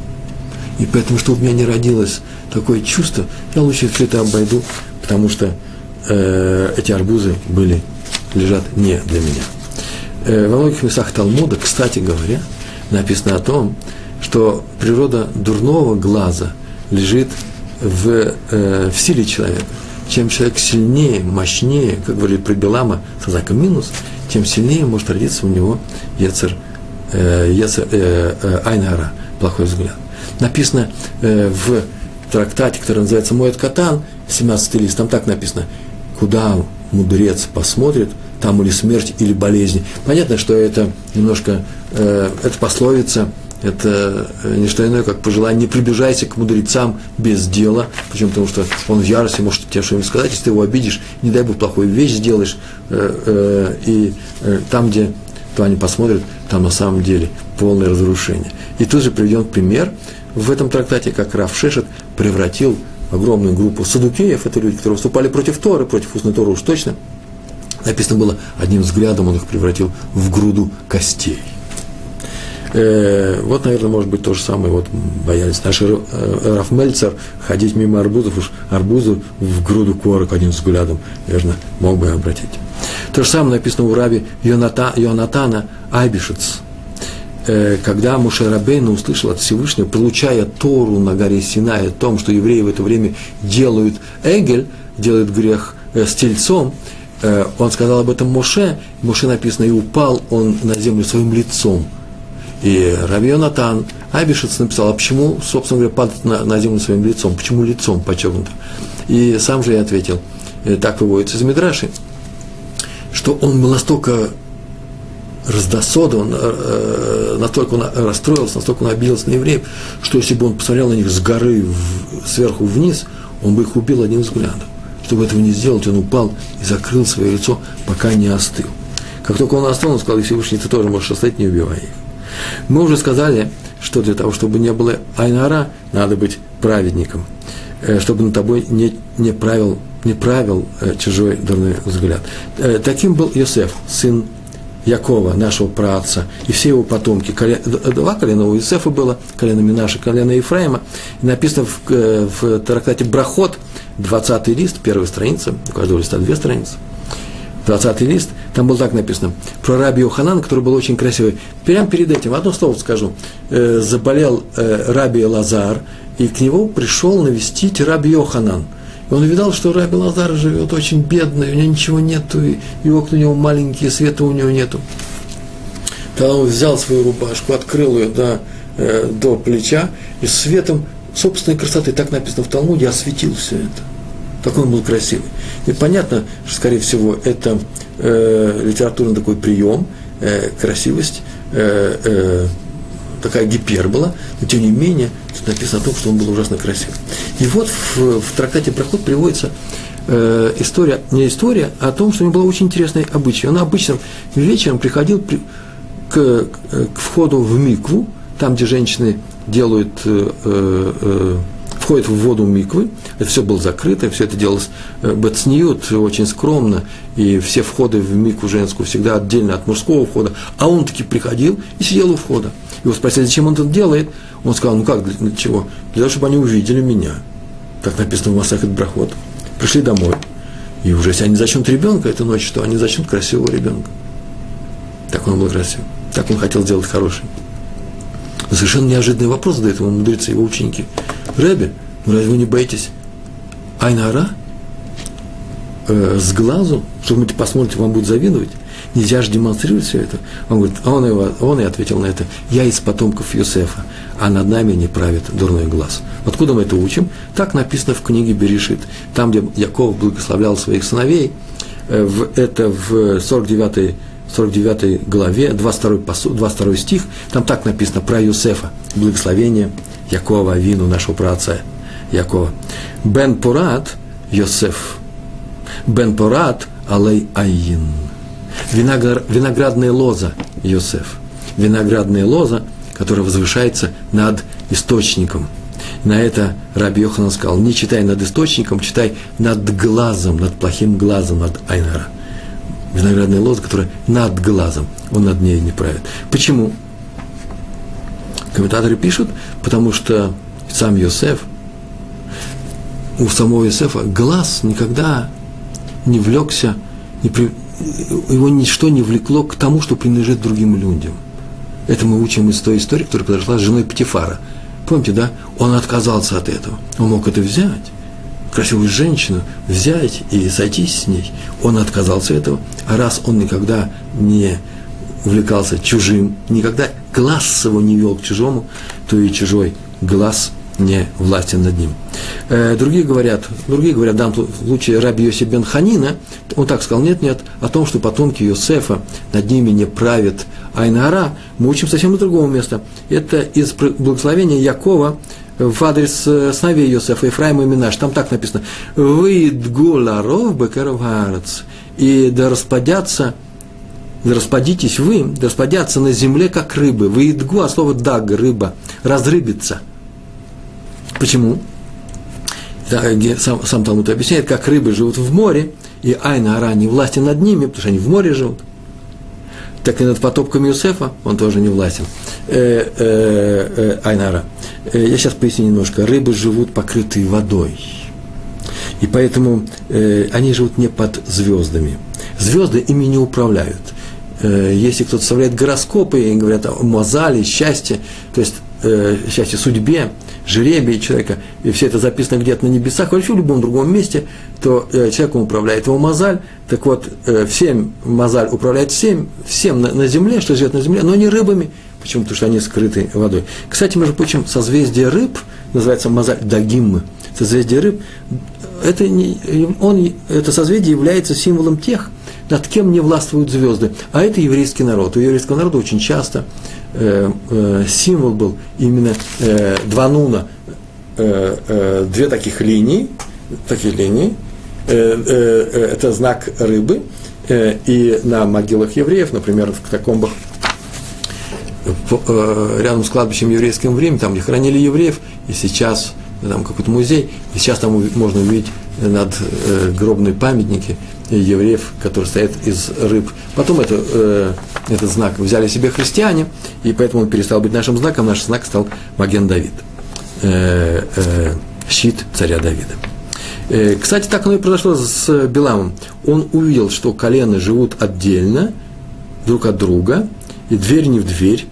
И поэтому, чтобы у меня не родилось такое чувство, я лучше все это обойду, потому что э, эти арбузы были, лежат не для меня. Э, во многих местах Талмуда, кстати говоря, написано о том, что природа дурного глаза лежит в, э, в силе человека. Чем человек сильнее, мощнее, как говорили про Билама, со знаком минус, тем сильнее может родиться у него йецер, э, йецер, э, э, айн гара, плохой взгляд. Написано э, в трактате, который называется «Моэд Катан», семнадцатый лист, там так написано, куда мудрец посмотрит, там или смерть, или болезнь. Понятно, что это немножко, э, это пословица, это не что иное, как пожелание, не приближайся к мудрецам без дела, почему? Потому что он в ярости может тебе что-нибудь сказать, если ты его обидишь, не дай Бог, плохую вещь сделаешь, э, э, и э, там, где то они посмотрят, там на самом деле полное разрушение. И тут же приведен пример в этом трактате, как Рав Шешет превратил огромную группу садукеев, это люди, которые выступали против Торы, против устной Торы уж точно, написано было, одним взглядом он их превратил в груду костей. Э, вот, наверное, может быть, то же самое, вот боялись наши э, Раф Мельцер ходить мимо арбузов, уж арбузу в груду корок одним взглядом, наверное, мог бы обратить. То же самое написано у раби Йоната, Йонатана Айбишец, э, когда Моше Рабейну услышал от Всевышнего, получая Тору на горе Синай о том, что евреи в это время делают эгель, делают грех э, с тельцом, э, он сказал об этом Моше, Моше написано, и упал он на землю своим лицом. И раби Йонатан Айбишец написал, а почему, собственно говоря, падать на, на землю своим лицом, почему лицом подчеркнуто? И сам же я ответил, э, так выводится из Мидраши, что он был настолько раздосодован, э, настолько он расстроился, настолько он обиделся на евреев, что если бы он посмотрел на них с горы в, сверху вниз, он бы их убил одним взглядом. Чтобы этого не сделать, он упал и закрыл свое лицо, пока не остыл. Как только он остыл, он сказал, Всевышний, ты тоже можешь оставить, не убивай их. Мы уже сказали, что для того, чтобы не было айн-ара, надо быть праведником, чтобы над тобой не, не правил, не правил чужой дурной взгляд. Таким был Йосеф, сын Якова, нашего праотца, и все его потомки. Два колена у Йосефа было, колено Минаша, колено Ефраима. И написано в, в трактате Брахот, двадцатый лист, первая страница, у каждого листа две страницы, двадцатый лист, там было так написано, про раби Йоханана, который был очень красивый. Прямо перед этим, одно слово скажу, э, заболел э, раби Лазар, и к нему пришел навестить раби Йоханан. И он видал, что раби Лазар живет очень бедный, у него ничего нету, и, и окна у него маленькие, света у него нету. Тогда он взял свою рубашку, открыл ее до, э, до плеча, и светом собственной красоты, так написано в Талмуде, осветил все это. Такой он был красивый. И понятно, что, скорее всего, это э, литературный такой прием, э, красивость, э, э, такая гипербола, но тем не менее, тут написано о том, что он был ужасно красивый. И вот в, в трактате Брахот приводится э, история, не история, а о том, что у него была очень интересная обычай. Он обычно вечером приходил при, к, к входу в микву, там, где женщины делают, э, э, входят в воду миквы, это все было закрыто, все это делалось бацниют, очень скромно, и все входы в микву женскую всегда отдельно от мужского входа, а он таки приходил и сидел у входа. Его спросили, зачем он это делает? Он сказал, ну как, для чего? Для того, чтобы они увидели меня. Так написано в Масахет Брахот. Пришли домой, и уже если они зачнут ребенка эту ночь, то они зачнут красивого ребенка. Так он был красивый, так он хотел сделать хороший. Но совершенно неожиданный вопрос задают ему мудрецы, его ученики. Ребе, ну разве вы не боитесь айн-ара? Э, с глазу, что вы посмотрите, вам будет завидовать? Нельзя же демонстрировать все это. Он говорит, а он, его, он и ответил на это, я из потомков Йосефа, а над нами не правит дурной глаз. Откуда мы это учим? Так написано в книге Берешит, там, где Яков благословлял своих сыновей, э, в, это в сорок девятой сорок девятой главе, двадцать второй, двадцать второй стих, там так написано про Йосефа, благословение Якова, Авину, нашего праотца Якова. Бен Порат Йосеф, Бен Порат Алей Айин. Виноградная лоза Йосеф, виноградная лоза, которая возвышается над источником. На это раби Йоханан сказал, не читай над источником, читай над глазом, над плохим глазом, над айн-ара. Виноградная лоза, которая над глазом, он над ней не правит. Почему? Комментаторы пишут, потому что сам Йосеф, у самого Йосефа глаз никогда не влекся, не при, его ничто не влекло к тому, что принадлежит другим людям. Это мы учим из той истории, которая произошла с женой Патифара. Помните, да? Он отказался от этого. Он мог это взять, красивую женщину взять и сойтись с ней. Он отказался от этого. А раз он никогда не увлекался чужим, никогда глаз его не вел к чужому, то и чужой глаз не властен над ним. Э, другие говорят, другие говорят, в данном случае раби Йоси бен Ханина, он так сказал, нет, нет, о том, что потомки Йосефа над ними не правит айн-ара, мы учим совсем из другого места. Это из благословения Якова в адрес сыновей Йосефа, Ефраима и Минаш. Там так написано, «Выидгу ларов бекеров гаарец», и да распадятся, да распадитесь вы, да распадятся на земле, как рыбы. «Выидгу», а слово «даг», рыба, разрыбится. Почему? Сам, сам Талмуд объясняет, как рыбы живут в море, и айн-ара не властен над ними, потому что они в море живут. Так и над потомками Йосефа он тоже не властен. Э, э, э, айн-ара. Э, я сейчас поясню немножко. Рыбы живут покрытые водой. И поэтому э, они живут не под звездами. Звезды ими не управляют. Э, если кто-то составляет гороскопы и говорят о мозале, счастье, то есть э, счастье, судьбе, жребии человека, и все это записано где-то на небесах, вообще в любом другом месте, то э, человеком управляет его мозаль. Так вот, э, всем мозаль управляет всем, всем на, на земле, что живет на земле, но не рыбами. Почему? Потому что они скрыты водой. Кстати, между прочим, созвездие рыб называется мозаль дагим. Созвездие рыб, это, не, он, это созвездие является символом тех, над кем не властвуют звезды. А это еврейский народ. У еврейского народа очень часто э, э, символ был именно э, два нуна, э, э, две таких линии, такие линии, э, э, это знак рыбы, э, и на могилах евреев, например, в катакомбах рядом с кладбищем еврейским в Риме, там, где хоронили евреев, и сейчас там какой-то музей, и сейчас там можно увидеть над гробные памятники евреев, которые стоят из рыб. Потом это, э, этот знак взяли себе христиане, и поэтому он перестал быть нашим знаком, наш знак стал Маген Давид, э, э, щит царя Давида. Э, кстати, так оно и произошло с Биламом. Он увидел, что колены живут отдельно, друг от друга, и дверь не в дверь.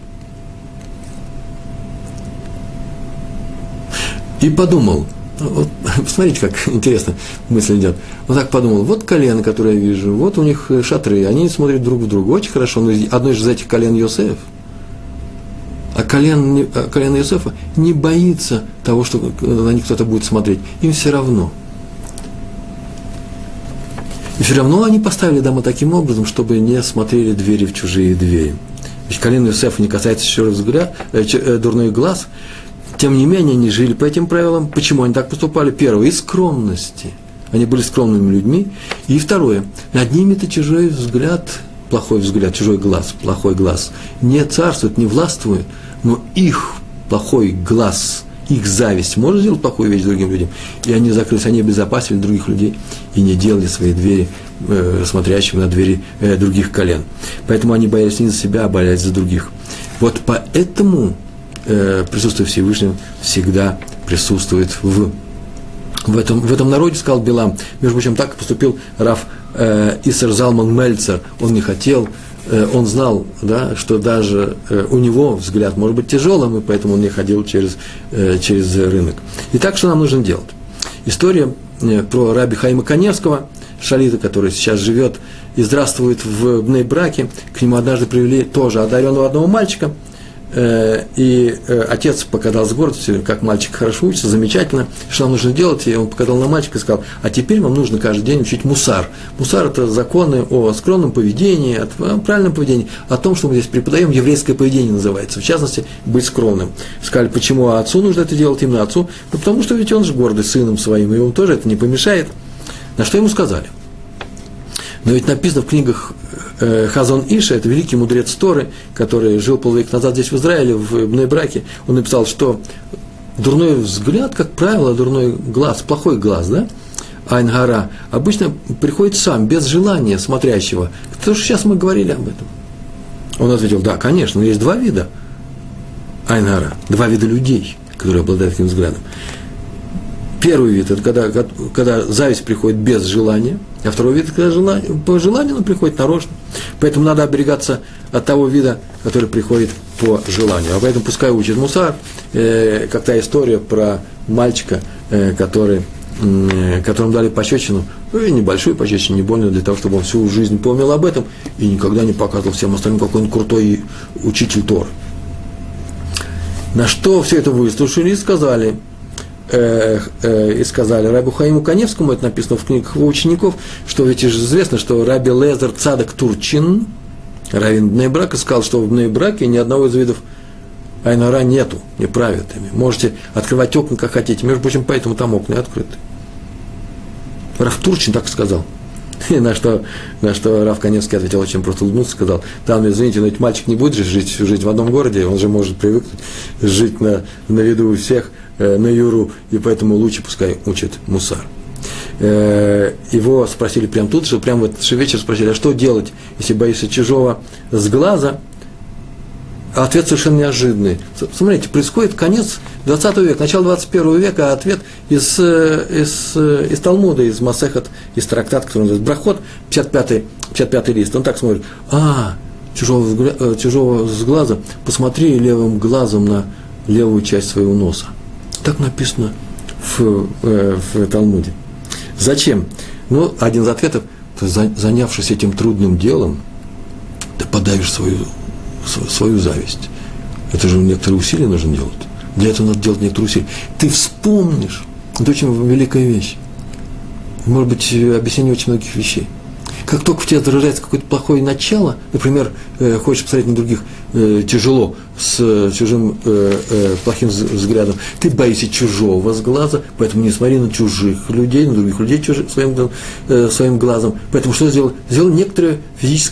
И подумал, вот, посмотрите, как интересно мысль идет. Он так подумал, вот колено, которое я вижу, вот у них шатры, они смотрят друг в друга, очень хорошо, но одно из этих колен Йосеф, а колено, колено Йосефа не боится того, что на них кто-то будет смотреть, им все равно. И все равно они поставили дома таким образом, чтобы не смотрели двери в чужие двери. Ведь колено Йосефа не касается еще раз взгляд, э, дурной глаз. Тем не менее, они жили по этим правилам. Почему они так поступали? Первое, из скромности. Они были скромными людьми. И второе, над ними-то чужой взгляд, плохой взгляд, чужой глаз, плохой глаз, не царствует, не властвует, но их плохой глаз, их зависть может сделать плохую вещь другим людям. И они закрылись, они обезопасили других людей и не делали свои двери, э, смотрящими на двери э, других колен. Поэтому они боялись не за себя, а боялись за других. Вот поэтому присутствие Всевышнего всегда присутствует в, в, этом, в этом народе, сказал Билам. Между прочим, так поступил Рав э, Исер Залман Мельцер. Он не хотел, э, он знал, да, что даже э, у него взгляд может быть тяжелым, и поэтому он не ходил через, э, через рынок. Итак, что нам нужно делать? История э, про раби Хаима Каневского, шалита, который сейчас живет и здравствует в Бней-Браке. К нему однажды привели тоже одаренного одного мальчика, и отец показал с гордостью, как мальчик хорошо учится, замечательно, что нам нужно делать, и он показал на мальчика и сказал, а теперь вам нужно каждый день учить мусар. Мусар – это законы о скромном поведении, о правильном поведении, о том, что мы здесь преподаем, еврейское поведение называется, в частности, быть скромным. Сказали, почему отцу нужно это делать, именно отцу? Ну, потому что ведь он же гордый сыном своим, и ему тоже это не помешает. На что ему сказали? Но ведь написано в книгах Хазон Иша, это великий мудрец Торы, который жил полвека назад здесь в Израиле, в Бней-Браке, он написал, что дурной взгляд, как правило, дурной глаз, плохой глаз, да, айн-гара, обычно приходит сам, без желания смотрящего. То, что сейчас мы говорили об этом. Он ответил, да, конечно, но есть два вида айн-гара, два вида людей, которые обладают таким взглядом. Первый вид – это когда, когда зависть приходит без желания, а второй вид – это когда желание, по желанию, но приходит нарочно. Поэтому надо оберегаться от того вида, который приходит по желанию. А поэтому пускай учит мусар, э, как та история про мальчика, э, который, э, которому дали пощечину, ну, небольшую пощечину, не больно, для того, чтобы он всю жизнь помнил об этом и никогда не показывал всем остальным, какой он крутой учитель Торы. На что все это выслушали и сказали – и сказали Раби Хаиму Каневскому, это написано в книгах его учеников, что ведь известно, что Раби Лезер Цадок Турчин, раввин Бней-Брака, сказал, что в Бней-Браке ни одного из видов айн-гара нету, не правят ими. Можете открывать окна, как хотите. Между прочим, поэтому там окна и открыты. Рав Турчин так сказал. И на что, на что Рав Каневский ответил очень просто, улыбнулся, сказал, да, ну, извините, но ведь мальчик не будет же жить всю жизнь в одном городе, он же может привыкнуть жить на, на виду у всех, э, на юру, и поэтому лучше пускай учит мусар. Э, его спросили прямо тут же, прямо в этот же вечер спросили, а что делать, если боишься чужого с глаза? А ответ совершенно неожиданный. Смотрите, происходит конец двадцатого века, начало двадцать первого века, а ответ из, из, из Талмуда, из Масехет, из трактата, который называется Брахот, пятьдесят пятый, пятьдесят пятый лист. Он так смотрит, а, чужого, взгля... чужого с глаза, посмотри левым глазом на левую часть своего носа. Так написано в, в Талмуде. Зачем? Ну, один из ответов, занявшись этим трудным делом, ты подавишь свою свою зависть. Это же некоторые усилия нужно делать. Для этого надо делать некоторые усилия. Ты вспомнишь, это очень великая вещь. Может быть, объяснение очень многих вещей. Как только в тебе зарождается какое-то плохое начало, например, э, хочешь посмотреть на других э, тяжело, с э, чужим э, э, плохим взглядом, ты боишься чужого с глаза, поэтому не смотри на чужих людей, на других людей чужих, своим, э, своим глазом. Поэтому что сделал? Сделал некоторое физическое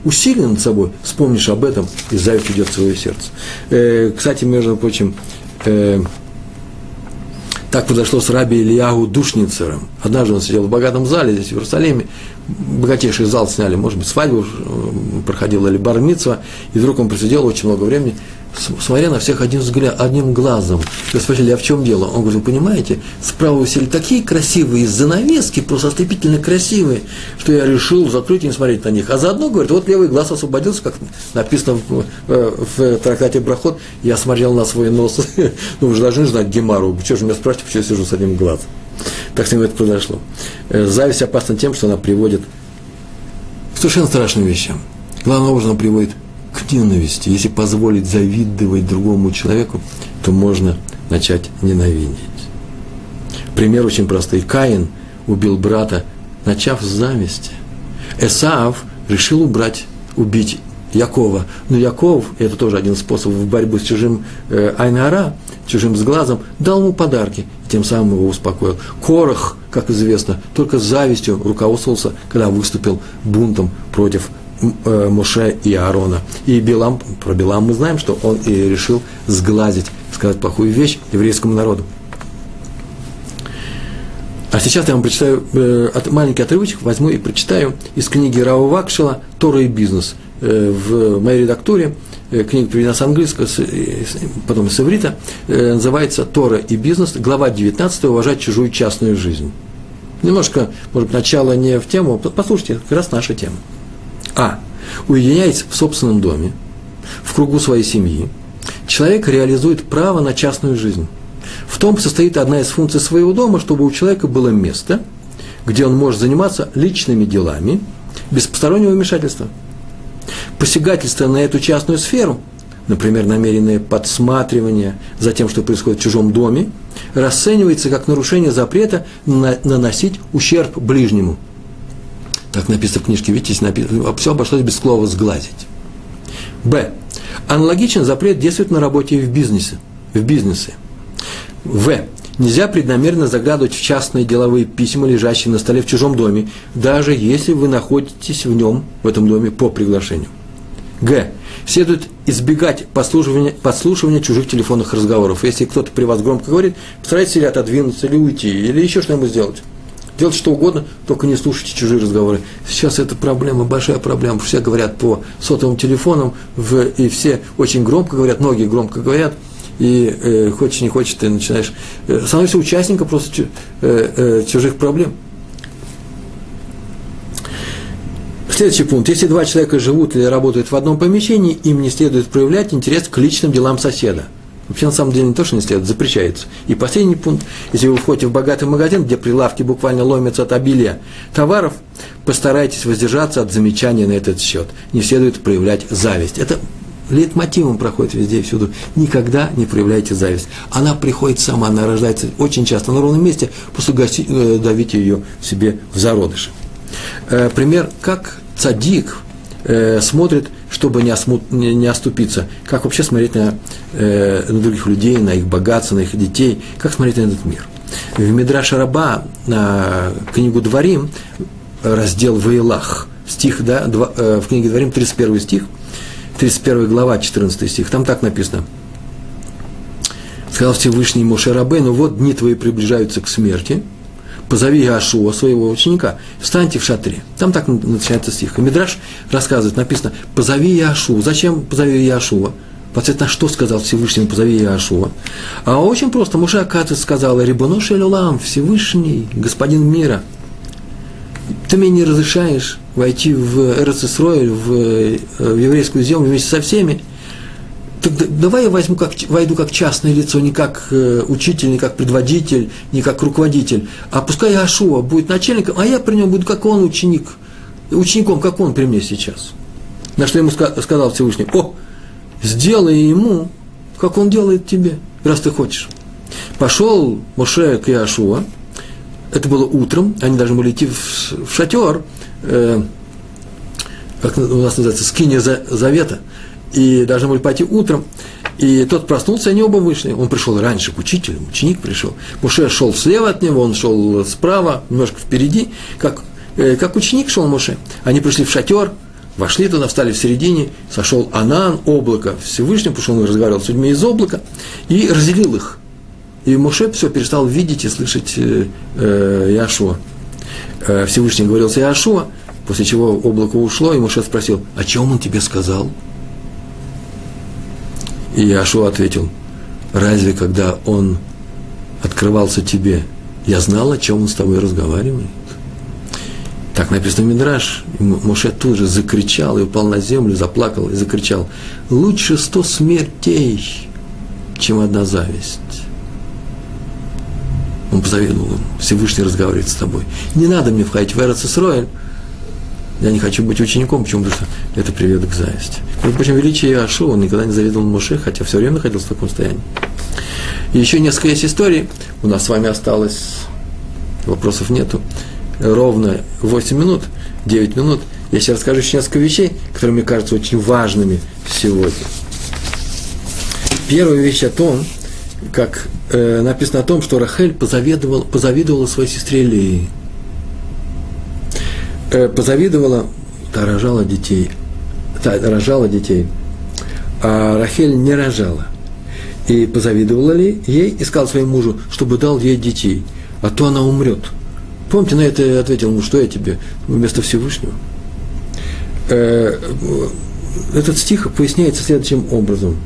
усилий над собой, вспомнишь об этом, и зависть идет в свое сердце. Э, кстати, между прочим, э, так произошло с раби Ильяху Душницером. Однажды он сидел в богатом зале здесь, в Иерусалиме, богатейший зал сняли, может быть, свадьбу проходила или бар-мицва, и вдруг он просидел очень много времени, смотря на всех одним, взгляд, одним глазом. Я спросили, а в чем дело? Он говорит, вы понимаете, справа висели такие красивые занавески, просто ослепительно красивые, что я решил закрыть и не смотреть на них. А заодно, говорит, вот левый глаз освободился, как написано в, в трактате Брахот, я смотрел на свой нос. Ну, вы же должны знать Гемару, что же меня спрашиваете, почему я сижу с одним глазом. Так с ним это произошло. Зависть опасна тем, что она приводит к совершенно страшным вещам. Главным образом она приводит к ненависти. Если позволить завидовать другому человеку, то можно начать ненавидеть. Пример очень простой. Каин убил брата, начав с зависти. Эсав решил убрать, убить Якова. Но Яков, это тоже один способ в борьбе с чужим э, айн-ара, чужим сглазом, дал ему подарки, и тем самым его успокоил. Корах, как известно, только с завистью руководствовался, когда выступил бунтом против э, Моше и Аарона. И Билам, про Билам мы знаем, что он и решил сглазить, сказать плохую вещь еврейскому народу. А сейчас я вам прочитаю э, маленький отрывочек, возьму и прочитаю из книги Рава Вакшела «Тора и бизнес». Э, в моей редактуре э, книга переведена с английского, с, э, потом с иврита, э, называется «Тора и бизнес», глава девятнадцатая «Уважать чужую частную жизнь». Немножко, может быть, начало не в тему, послушайте, как раз наша тема. А. Уединяясь в собственном доме, в кругу своей семьи, человек реализует право на частную жизнь. В том состоит одна из функций своего дома, чтобы у человека было место, где он может заниматься личными делами без постороннего вмешательства. Посягательство на эту частную сферу, например, намеренное подсматривание за тем, что происходит в чужом доме, расценивается как нарушение запрета на, наносить ущерб ближнему. Так написано в книжке, видите, написано, все обошлось без слова «сглазить». Б. Аналогичный запрет действует на работе и в бизнесе. В бизнесе. В. Нельзя преднамеренно заглядывать в частные деловые письма, лежащие на столе в чужом доме, даже если вы находитесь в нем, в этом доме, по приглашению. Г. Следует избегать подслушивания, подслушивания чужих телефонных разговоров. Если кто-то при вас громко говорит, постарайтесь или отодвинуться, или уйти, или еще что-нибудь сделать. Делать что угодно, только не слушайте чужие разговоры. Сейчас это проблема, большая проблема. Все говорят по сотовым телефонам, в, и все очень громко говорят, многие громко говорят. И э, хочешь не хочешь, ты начинаешь э, становишься участником просто чу, э, э, чужих проблем. Следующий пункт. Если два человека живут или работают в одном помещении, им не следует проявлять интерес к личным делам соседа. Вообще, на самом деле, не то, что не следует, запрещается. И последний пункт. Если вы входите в богатый магазин, где прилавки буквально ломятся от обилия товаров, постарайтесь воздержаться от замечаний на этот счет. Не следует проявлять зависть. Это лейтмотивом проходит везде и всюду. Никогда не проявляйте зависть. Она приходит сама, она рождается очень часто на ровном месте, просто гаси, э, давите ее в себе в зародыше. Э, пример, как цадик э, смотрит, чтобы не, осму, не, не оступиться. Как вообще смотреть на, э, на других людей, на их богатство, на их детей, как смотреть на этот мир. В Мидраш Раба, на книгу Дворим, раздел Ваилах, стих, да, два, э, в книге Дворим, тридцать первый стих, тридцать первая глава, четырнадцатый стих, там так написано. Сказал Всевышний Моше Рабейну, вот дни твои приближаются к смерти, позови Иошуа, своего ученика, встаньте в шатре. Там так начинается стих. И Мидраш рассказывает, написано, позови Иошуа. Зачем позови Иошуа? В ответ на что сказал Всевышний, позови Иошуа? А очень просто, Моше, оказывается, сказал, Рибоно шель олам, Всевышний, господин мира, ты мне не разрешаешь войти в Эрец Исроэль, в, в еврейскую землю вместе со всеми, так давай я возьму как, войду как частное лицо, не как э, учитель, не как предводитель, не как руководитель, а пускай Иошуа будет начальником, а я при нем буду как он ученик, учеником, как он при мне сейчас. На что ему ска- сказал Всевышний, о, сделай ему, как он делает тебе, раз ты хочешь. Пошел Моше к Иошуа, это было утром, они должны были идти в, в шатер, э, как у нас называется, скиния завета, и должны были пойти утром, и тот проснулся, и они оба вышли. Он пришел раньше к учителю, ученик пришел. Моше шел слева от него, он шел справа, немножко впереди, как, э, как ученик шел Моше. Они пришли в шатер, вошли туда, встали в середине, сошел Анан, облако Всевышнего, потому что он разговаривал с людьми из облака, и разделил их. И Моше все перестал видеть и слышать э, э, Иошуа. Э, Всевышний говорил с Иошуа, после чего облако ушло, и Моше спросил: о чем он тебе сказал? И Иошуа ответил: разве когда он открывался тебе, я знал, о чем он с тобой разговаривает? Так написано в Мидраш. Моше тут же закричал и упал на землю, заплакал и закричал: лучше сто смертей, чем одна зависть. Он позавидовал ему: Всевышний разговаривает с тобой. Не надо мне входить в Эрец Исроэль. Я не хочу быть учеником. Почему? Потому что это приведет к зависти. Между прочим, величие Иошуа, он никогда не завидовал Моше, хотя все время находился в таком состоянии. И еще несколько есть историй. У нас с вами осталось, вопросов нету, ровно восемь минут, девять минут. Я сейчас расскажу еще несколько вещей, которые мне кажутся очень важными сегодня. Первая вещь о том, как э, написано о том, что Рахель позавидовала, позавидовала своей сестре Лее. Э, позавидовала, та рожала детей, та рожала детей, а Рахель не рожала. И позавидовала ли ей и сказала своему мужу, чтобы дал ей детей, а то она умрет. Помните, на это ответил муж: что я тебе, вместо Всевышнего? Э, этот стих поясняется следующим образом.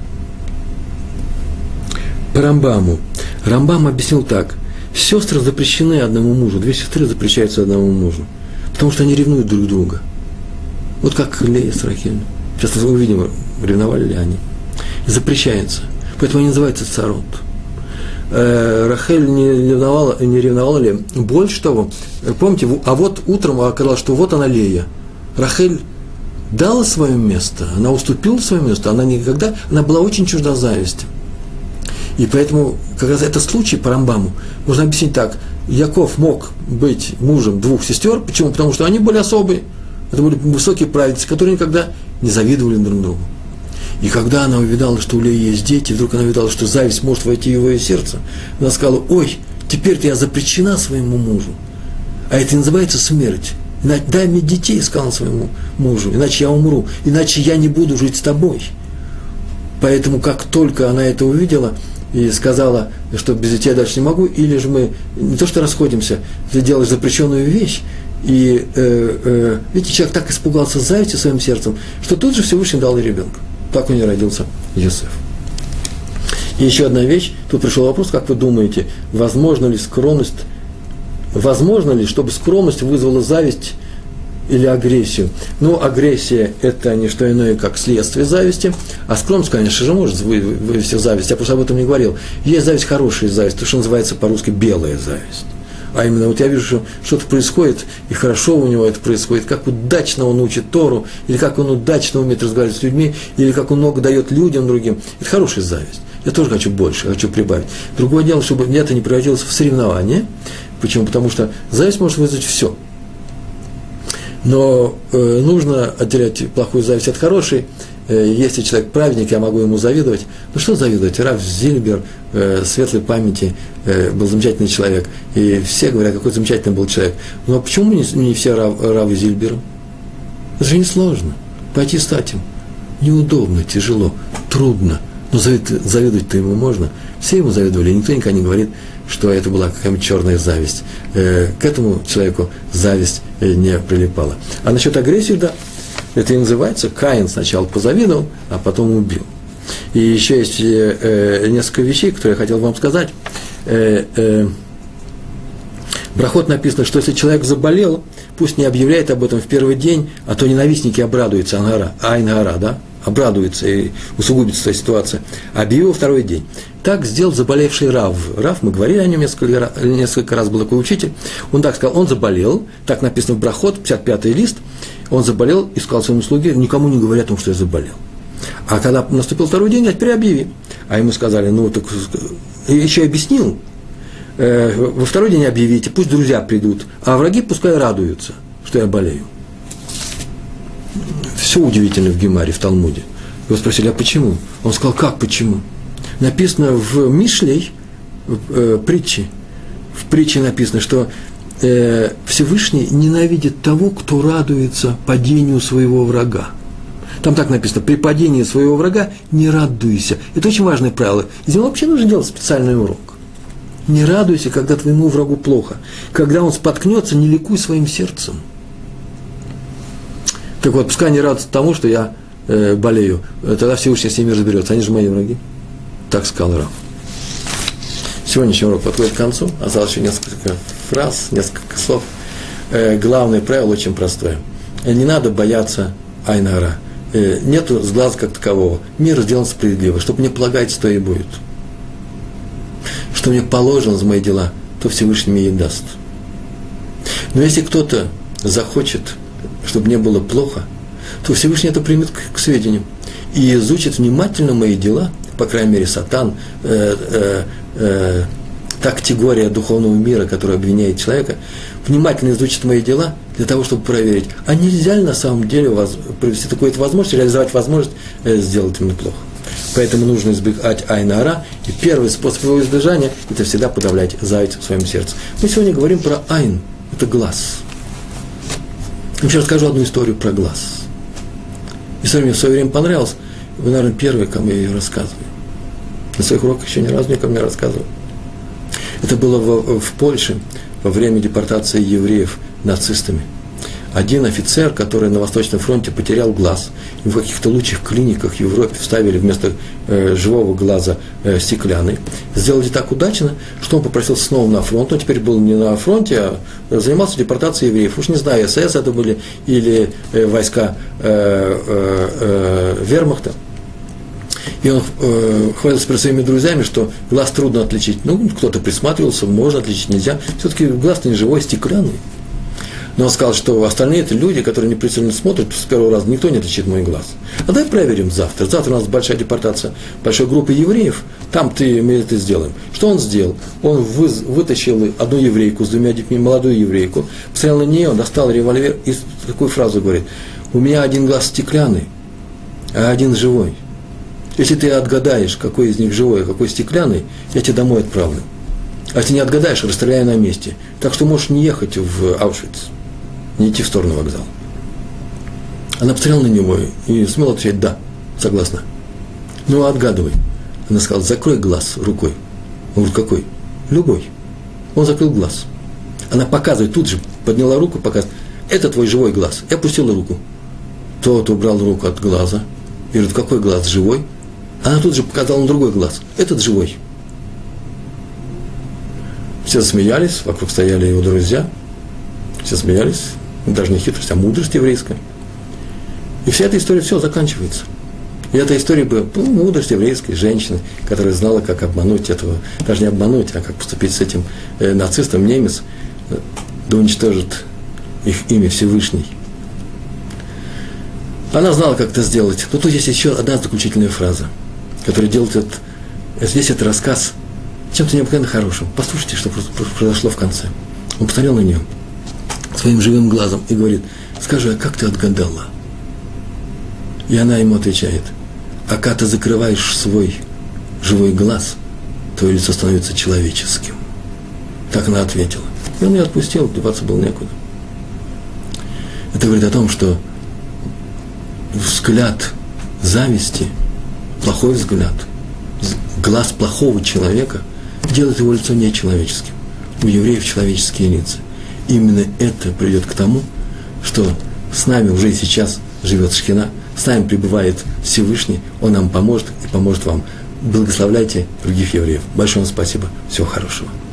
По Рамбаму. Рамбам объяснил так: сестры запрещены одному мужу, две сестры запрещаются одному мужу, потому что они ревнуют друг друга. Вот как Лея с Рахель. Сейчас мы увидим, ревновали ли они. Запрещается. Поэтому они называются царот. Рахель не ревновала, не ревновала ли? Больше того, помните, а вот утром оказалось, что вот она Лея. Рахель дала свое место, она уступила свое место, она никогда, она была очень чужда зависти. И поэтому, как раз этот случай по Рамбаму можно объяснить так: Яков мог быть мужем двух сестер, почему? Потому что они были особые, это были высокие праведницы, которые никогда не завидовали друг другу. И когда она увидала, что у Леи есть дети, вдруг она увидала, что зависть может войти в ее сердце, она сказала: ой, теперь-то я запрещена своему мужу. А это и называется смерть. Иначе дай мне детей, сказал своему мужу, иначе я умру, иначе я не буду жить с тобой. Поэтому, как только она это увидела и сказала, что без детей я дальше не могу, или же мы не то что расходимся, ты делаешь запрещенную вещь, и э, э, видите, человек так испугался зависти своим сердцем, что тут же Всевышний дал ей ребенка. Так у нее родился Йосеф. И еще одна вещь. Тут пришел вопрос: как вы думаете, возможно ли скромность, возможно ли, чтобы скромность вызвала зависть или агрессию? Ну, агрессия – это не что иное, как следствие зависти, а скромность, конечно же, может вывести зависть. Я просто об этом не говорил. Есть зависть, хорошая зависть, то, что называется по-русски белая зависть. А именно, вот я вижу, что что-то происходит, и хорошо у него это происходит, как удачно он учит Тору, или как он удачно умеет разговаривать с людьми, или как он много дает людям другим. Это хорошая зависть. Я тоже хочу больше, я хочу прибавить. Другое дело, чтобы это не превратилось в соревнование. Почему? Потому что зависть может вызвать все. Но э, нужно отделять плохую зависть от хорошей. Э, если человек праведник, я могу ему завидовать. Ну что завидовать? Рав Зильбер, э, светлой памяти, э, был замечательный человек. И все говорят, какой замечательный был человек. Но почему не, не все рав, равы Зильберу? Это же несложно. Пойти стать им. Неудобно, тяжело, трудно. Но завидовать-то ему можно. Все ему завидовали, и никто никогда не говорит, что это была какая-нибудь черная зависть. Э, к этому человеку зависть э, не прилипала. А насчет агрессии, да, это и называется: Каин сначала позавидовал, а потом убил. И еще есть э, э, несколько вещей, которые я хотел вам сказать. Э, э, в Брахот написано, что если человек заболел, пусть не объявляет об этом в первый день, а то ненавистники обрадуются, ангара, айн-гара, да, обрадуется и усугубится своя ситуация. Объявил второй день. Так сделал заболевший Рав. Рав, мы говорили о нем несколько, несколько раз, был такой учитель. Он так сказал: он заболел, так написано в Брахот, пятьдесят пятый лист, он заболел и сказал своему слуге: никому не говори о том, что я заболел. А когда наступил второй день, а теперь объяви. А ему сказали: ну, так и еще объяснил, э, во второй день объявите, пусть друзья придут, а враги пускай радуются, что я болею. Все удивительно в Гемаре, в Талмуде. Его спросили: а почему? Он сказал: как почему? Написано в Мишлей, в э, притче, в притче написано, что э, Всевышний ненавидит того, кто радуется падению своего врага. Там так написано: при падении своего врага не радуйся. Это очень важное правило. Из него вообще нужно делать специальный урок. Не радуйся, когда твоему врагу плохо. Когда он споткнется, не ликуй своим сердцем. Так вот, пускай они радуются тому, что я э, болею. Тогда Всевышний с ними разберется. Они же мои враги. Так сказал Рав. Сегодняшний урок подходит к концу. Осталось еще несколько фраз, несколько слов. Э, главное правило очень простое. Не надо бояться айн-ара. Э, нету сглаза как такового. Мир сделан справедливо. Что мне полагается, то и будет. Что мне положено за мои дела, то Всевышний мне и даст. Но если кто-то захочет, чтобы мне было плохо, то Всевышний это примет к, к сведению и изучит внимательно мои дела, по крайней мере, сатан, э, э, э, та категория духовного мира, которая обвиняет человека, внимательно изучит мои дела для того, чтобы проверить, а нельзя ли на самом деле воз, провести такую-то возможность, реализовать возможность э, сделать мне плохо. Поэтому нужно избегать айн-ара, и первый способ его избежания – это всегда подавлять зависть в своем сердце. Мы сегодня говорим про айн, это глаз. Я еще расскажу одну историю про глаз. История мне в свое время понравилась, вы, наверное, первые, кому я ее рассказываю. На своих уроках еще ни разу никому не рассказывал. Это было в, в Польше во время депортации евреев нацистами. Один офицер, который на Восточном фронте потерял глаз, и в каких-то лучших клиниках в Европе вставили вместо э, живого глаза э, стеклянный, сделали так удачно, что он попросился снова на фронт. Он теперь был не на фронте, а занимался депортацией евреев. Уж не знаю, эс эс это были или э, войска э, э, э, вермахта. И он э, хвалился перед своими друзьями, что глаз трудно отличить. Ну, кто-то присматривался, можно отличить, нельзя. Все-таки глаз-то не живой, стеклянный. Но он сказал, что остальные это люди, которые неприцельно смотрят, с первого раза никто не отличит мой глаз. А давай проверим завтра. Завтра у нас большая депортация большой группы евреев. Там ты, мы это сделаем. Что он сделал? Он вы, вытащил одну еврейку с двумя детьми, молодую еврейку, посмотрел на нее, достал револьвер и такую фразу говорит: у меня один глаз стеклянный, а один живой. Если ты отгадаешь, какой из них живой, а какой стеклянный, я тебя домой отправлю. А если не отгадаешь, расстреляю на месте. Так что можешь не ехать в Аушвиц, не идти в сторону вокзала. Она посмотрела на него и смело отвечать: да, согласна. Ну, отгадывай. Она сказала: закрой глаз рукой. Он говорит: какой? Любой. Он закрыл глаз. Она показывает, тут же подняла руку, показывает: это твой живой глаз. И опустила руку. Тот убрал руку от глаза. И говорит: какой глаз? Живой? Она тут же показала на другой глаз. Этот живой. Все засмеялись, вокруг стояли его друзья. Все смеялись. Даже не хитрость, а мудрость еврейская. И вся эта история, все, заканчивается. И эта история была, ну, мудрость еврейской женщины, которая знала, как обмануть этого, даже не обмануть, а как поступить с этим э, нацистом, немец, да уничтожит их имя Всевышний. Она знала, как это сделать. Но тут есть еще одна заключительная фраза, которая делает этот, весь этот рассказ чем-то необыкновенно хорошим. Послушайте, что произошло в конце. Он посмотрел на нее своим живым глазом и говорит: скажи, а как ты отгадала? И она ему отвечает: а когда ты закрываешь свой живой глаз, твое лицо становится человеческим. Так она ответила. И он ее отпустил, деваться было некуда. Это говорит о том, что взгляд зависти, плохой взгляд, глаз плохого человека делает его лицо нечеловеческим. У евреев человеческие лица. Именно это приведет к тому, что с нами уже и сейчас живет Шхина, с нами пребывает Всевышний, Он нам поможет и поможет вам. Благословляйте других евреев. Большое вам спасибо. Всего хорошего.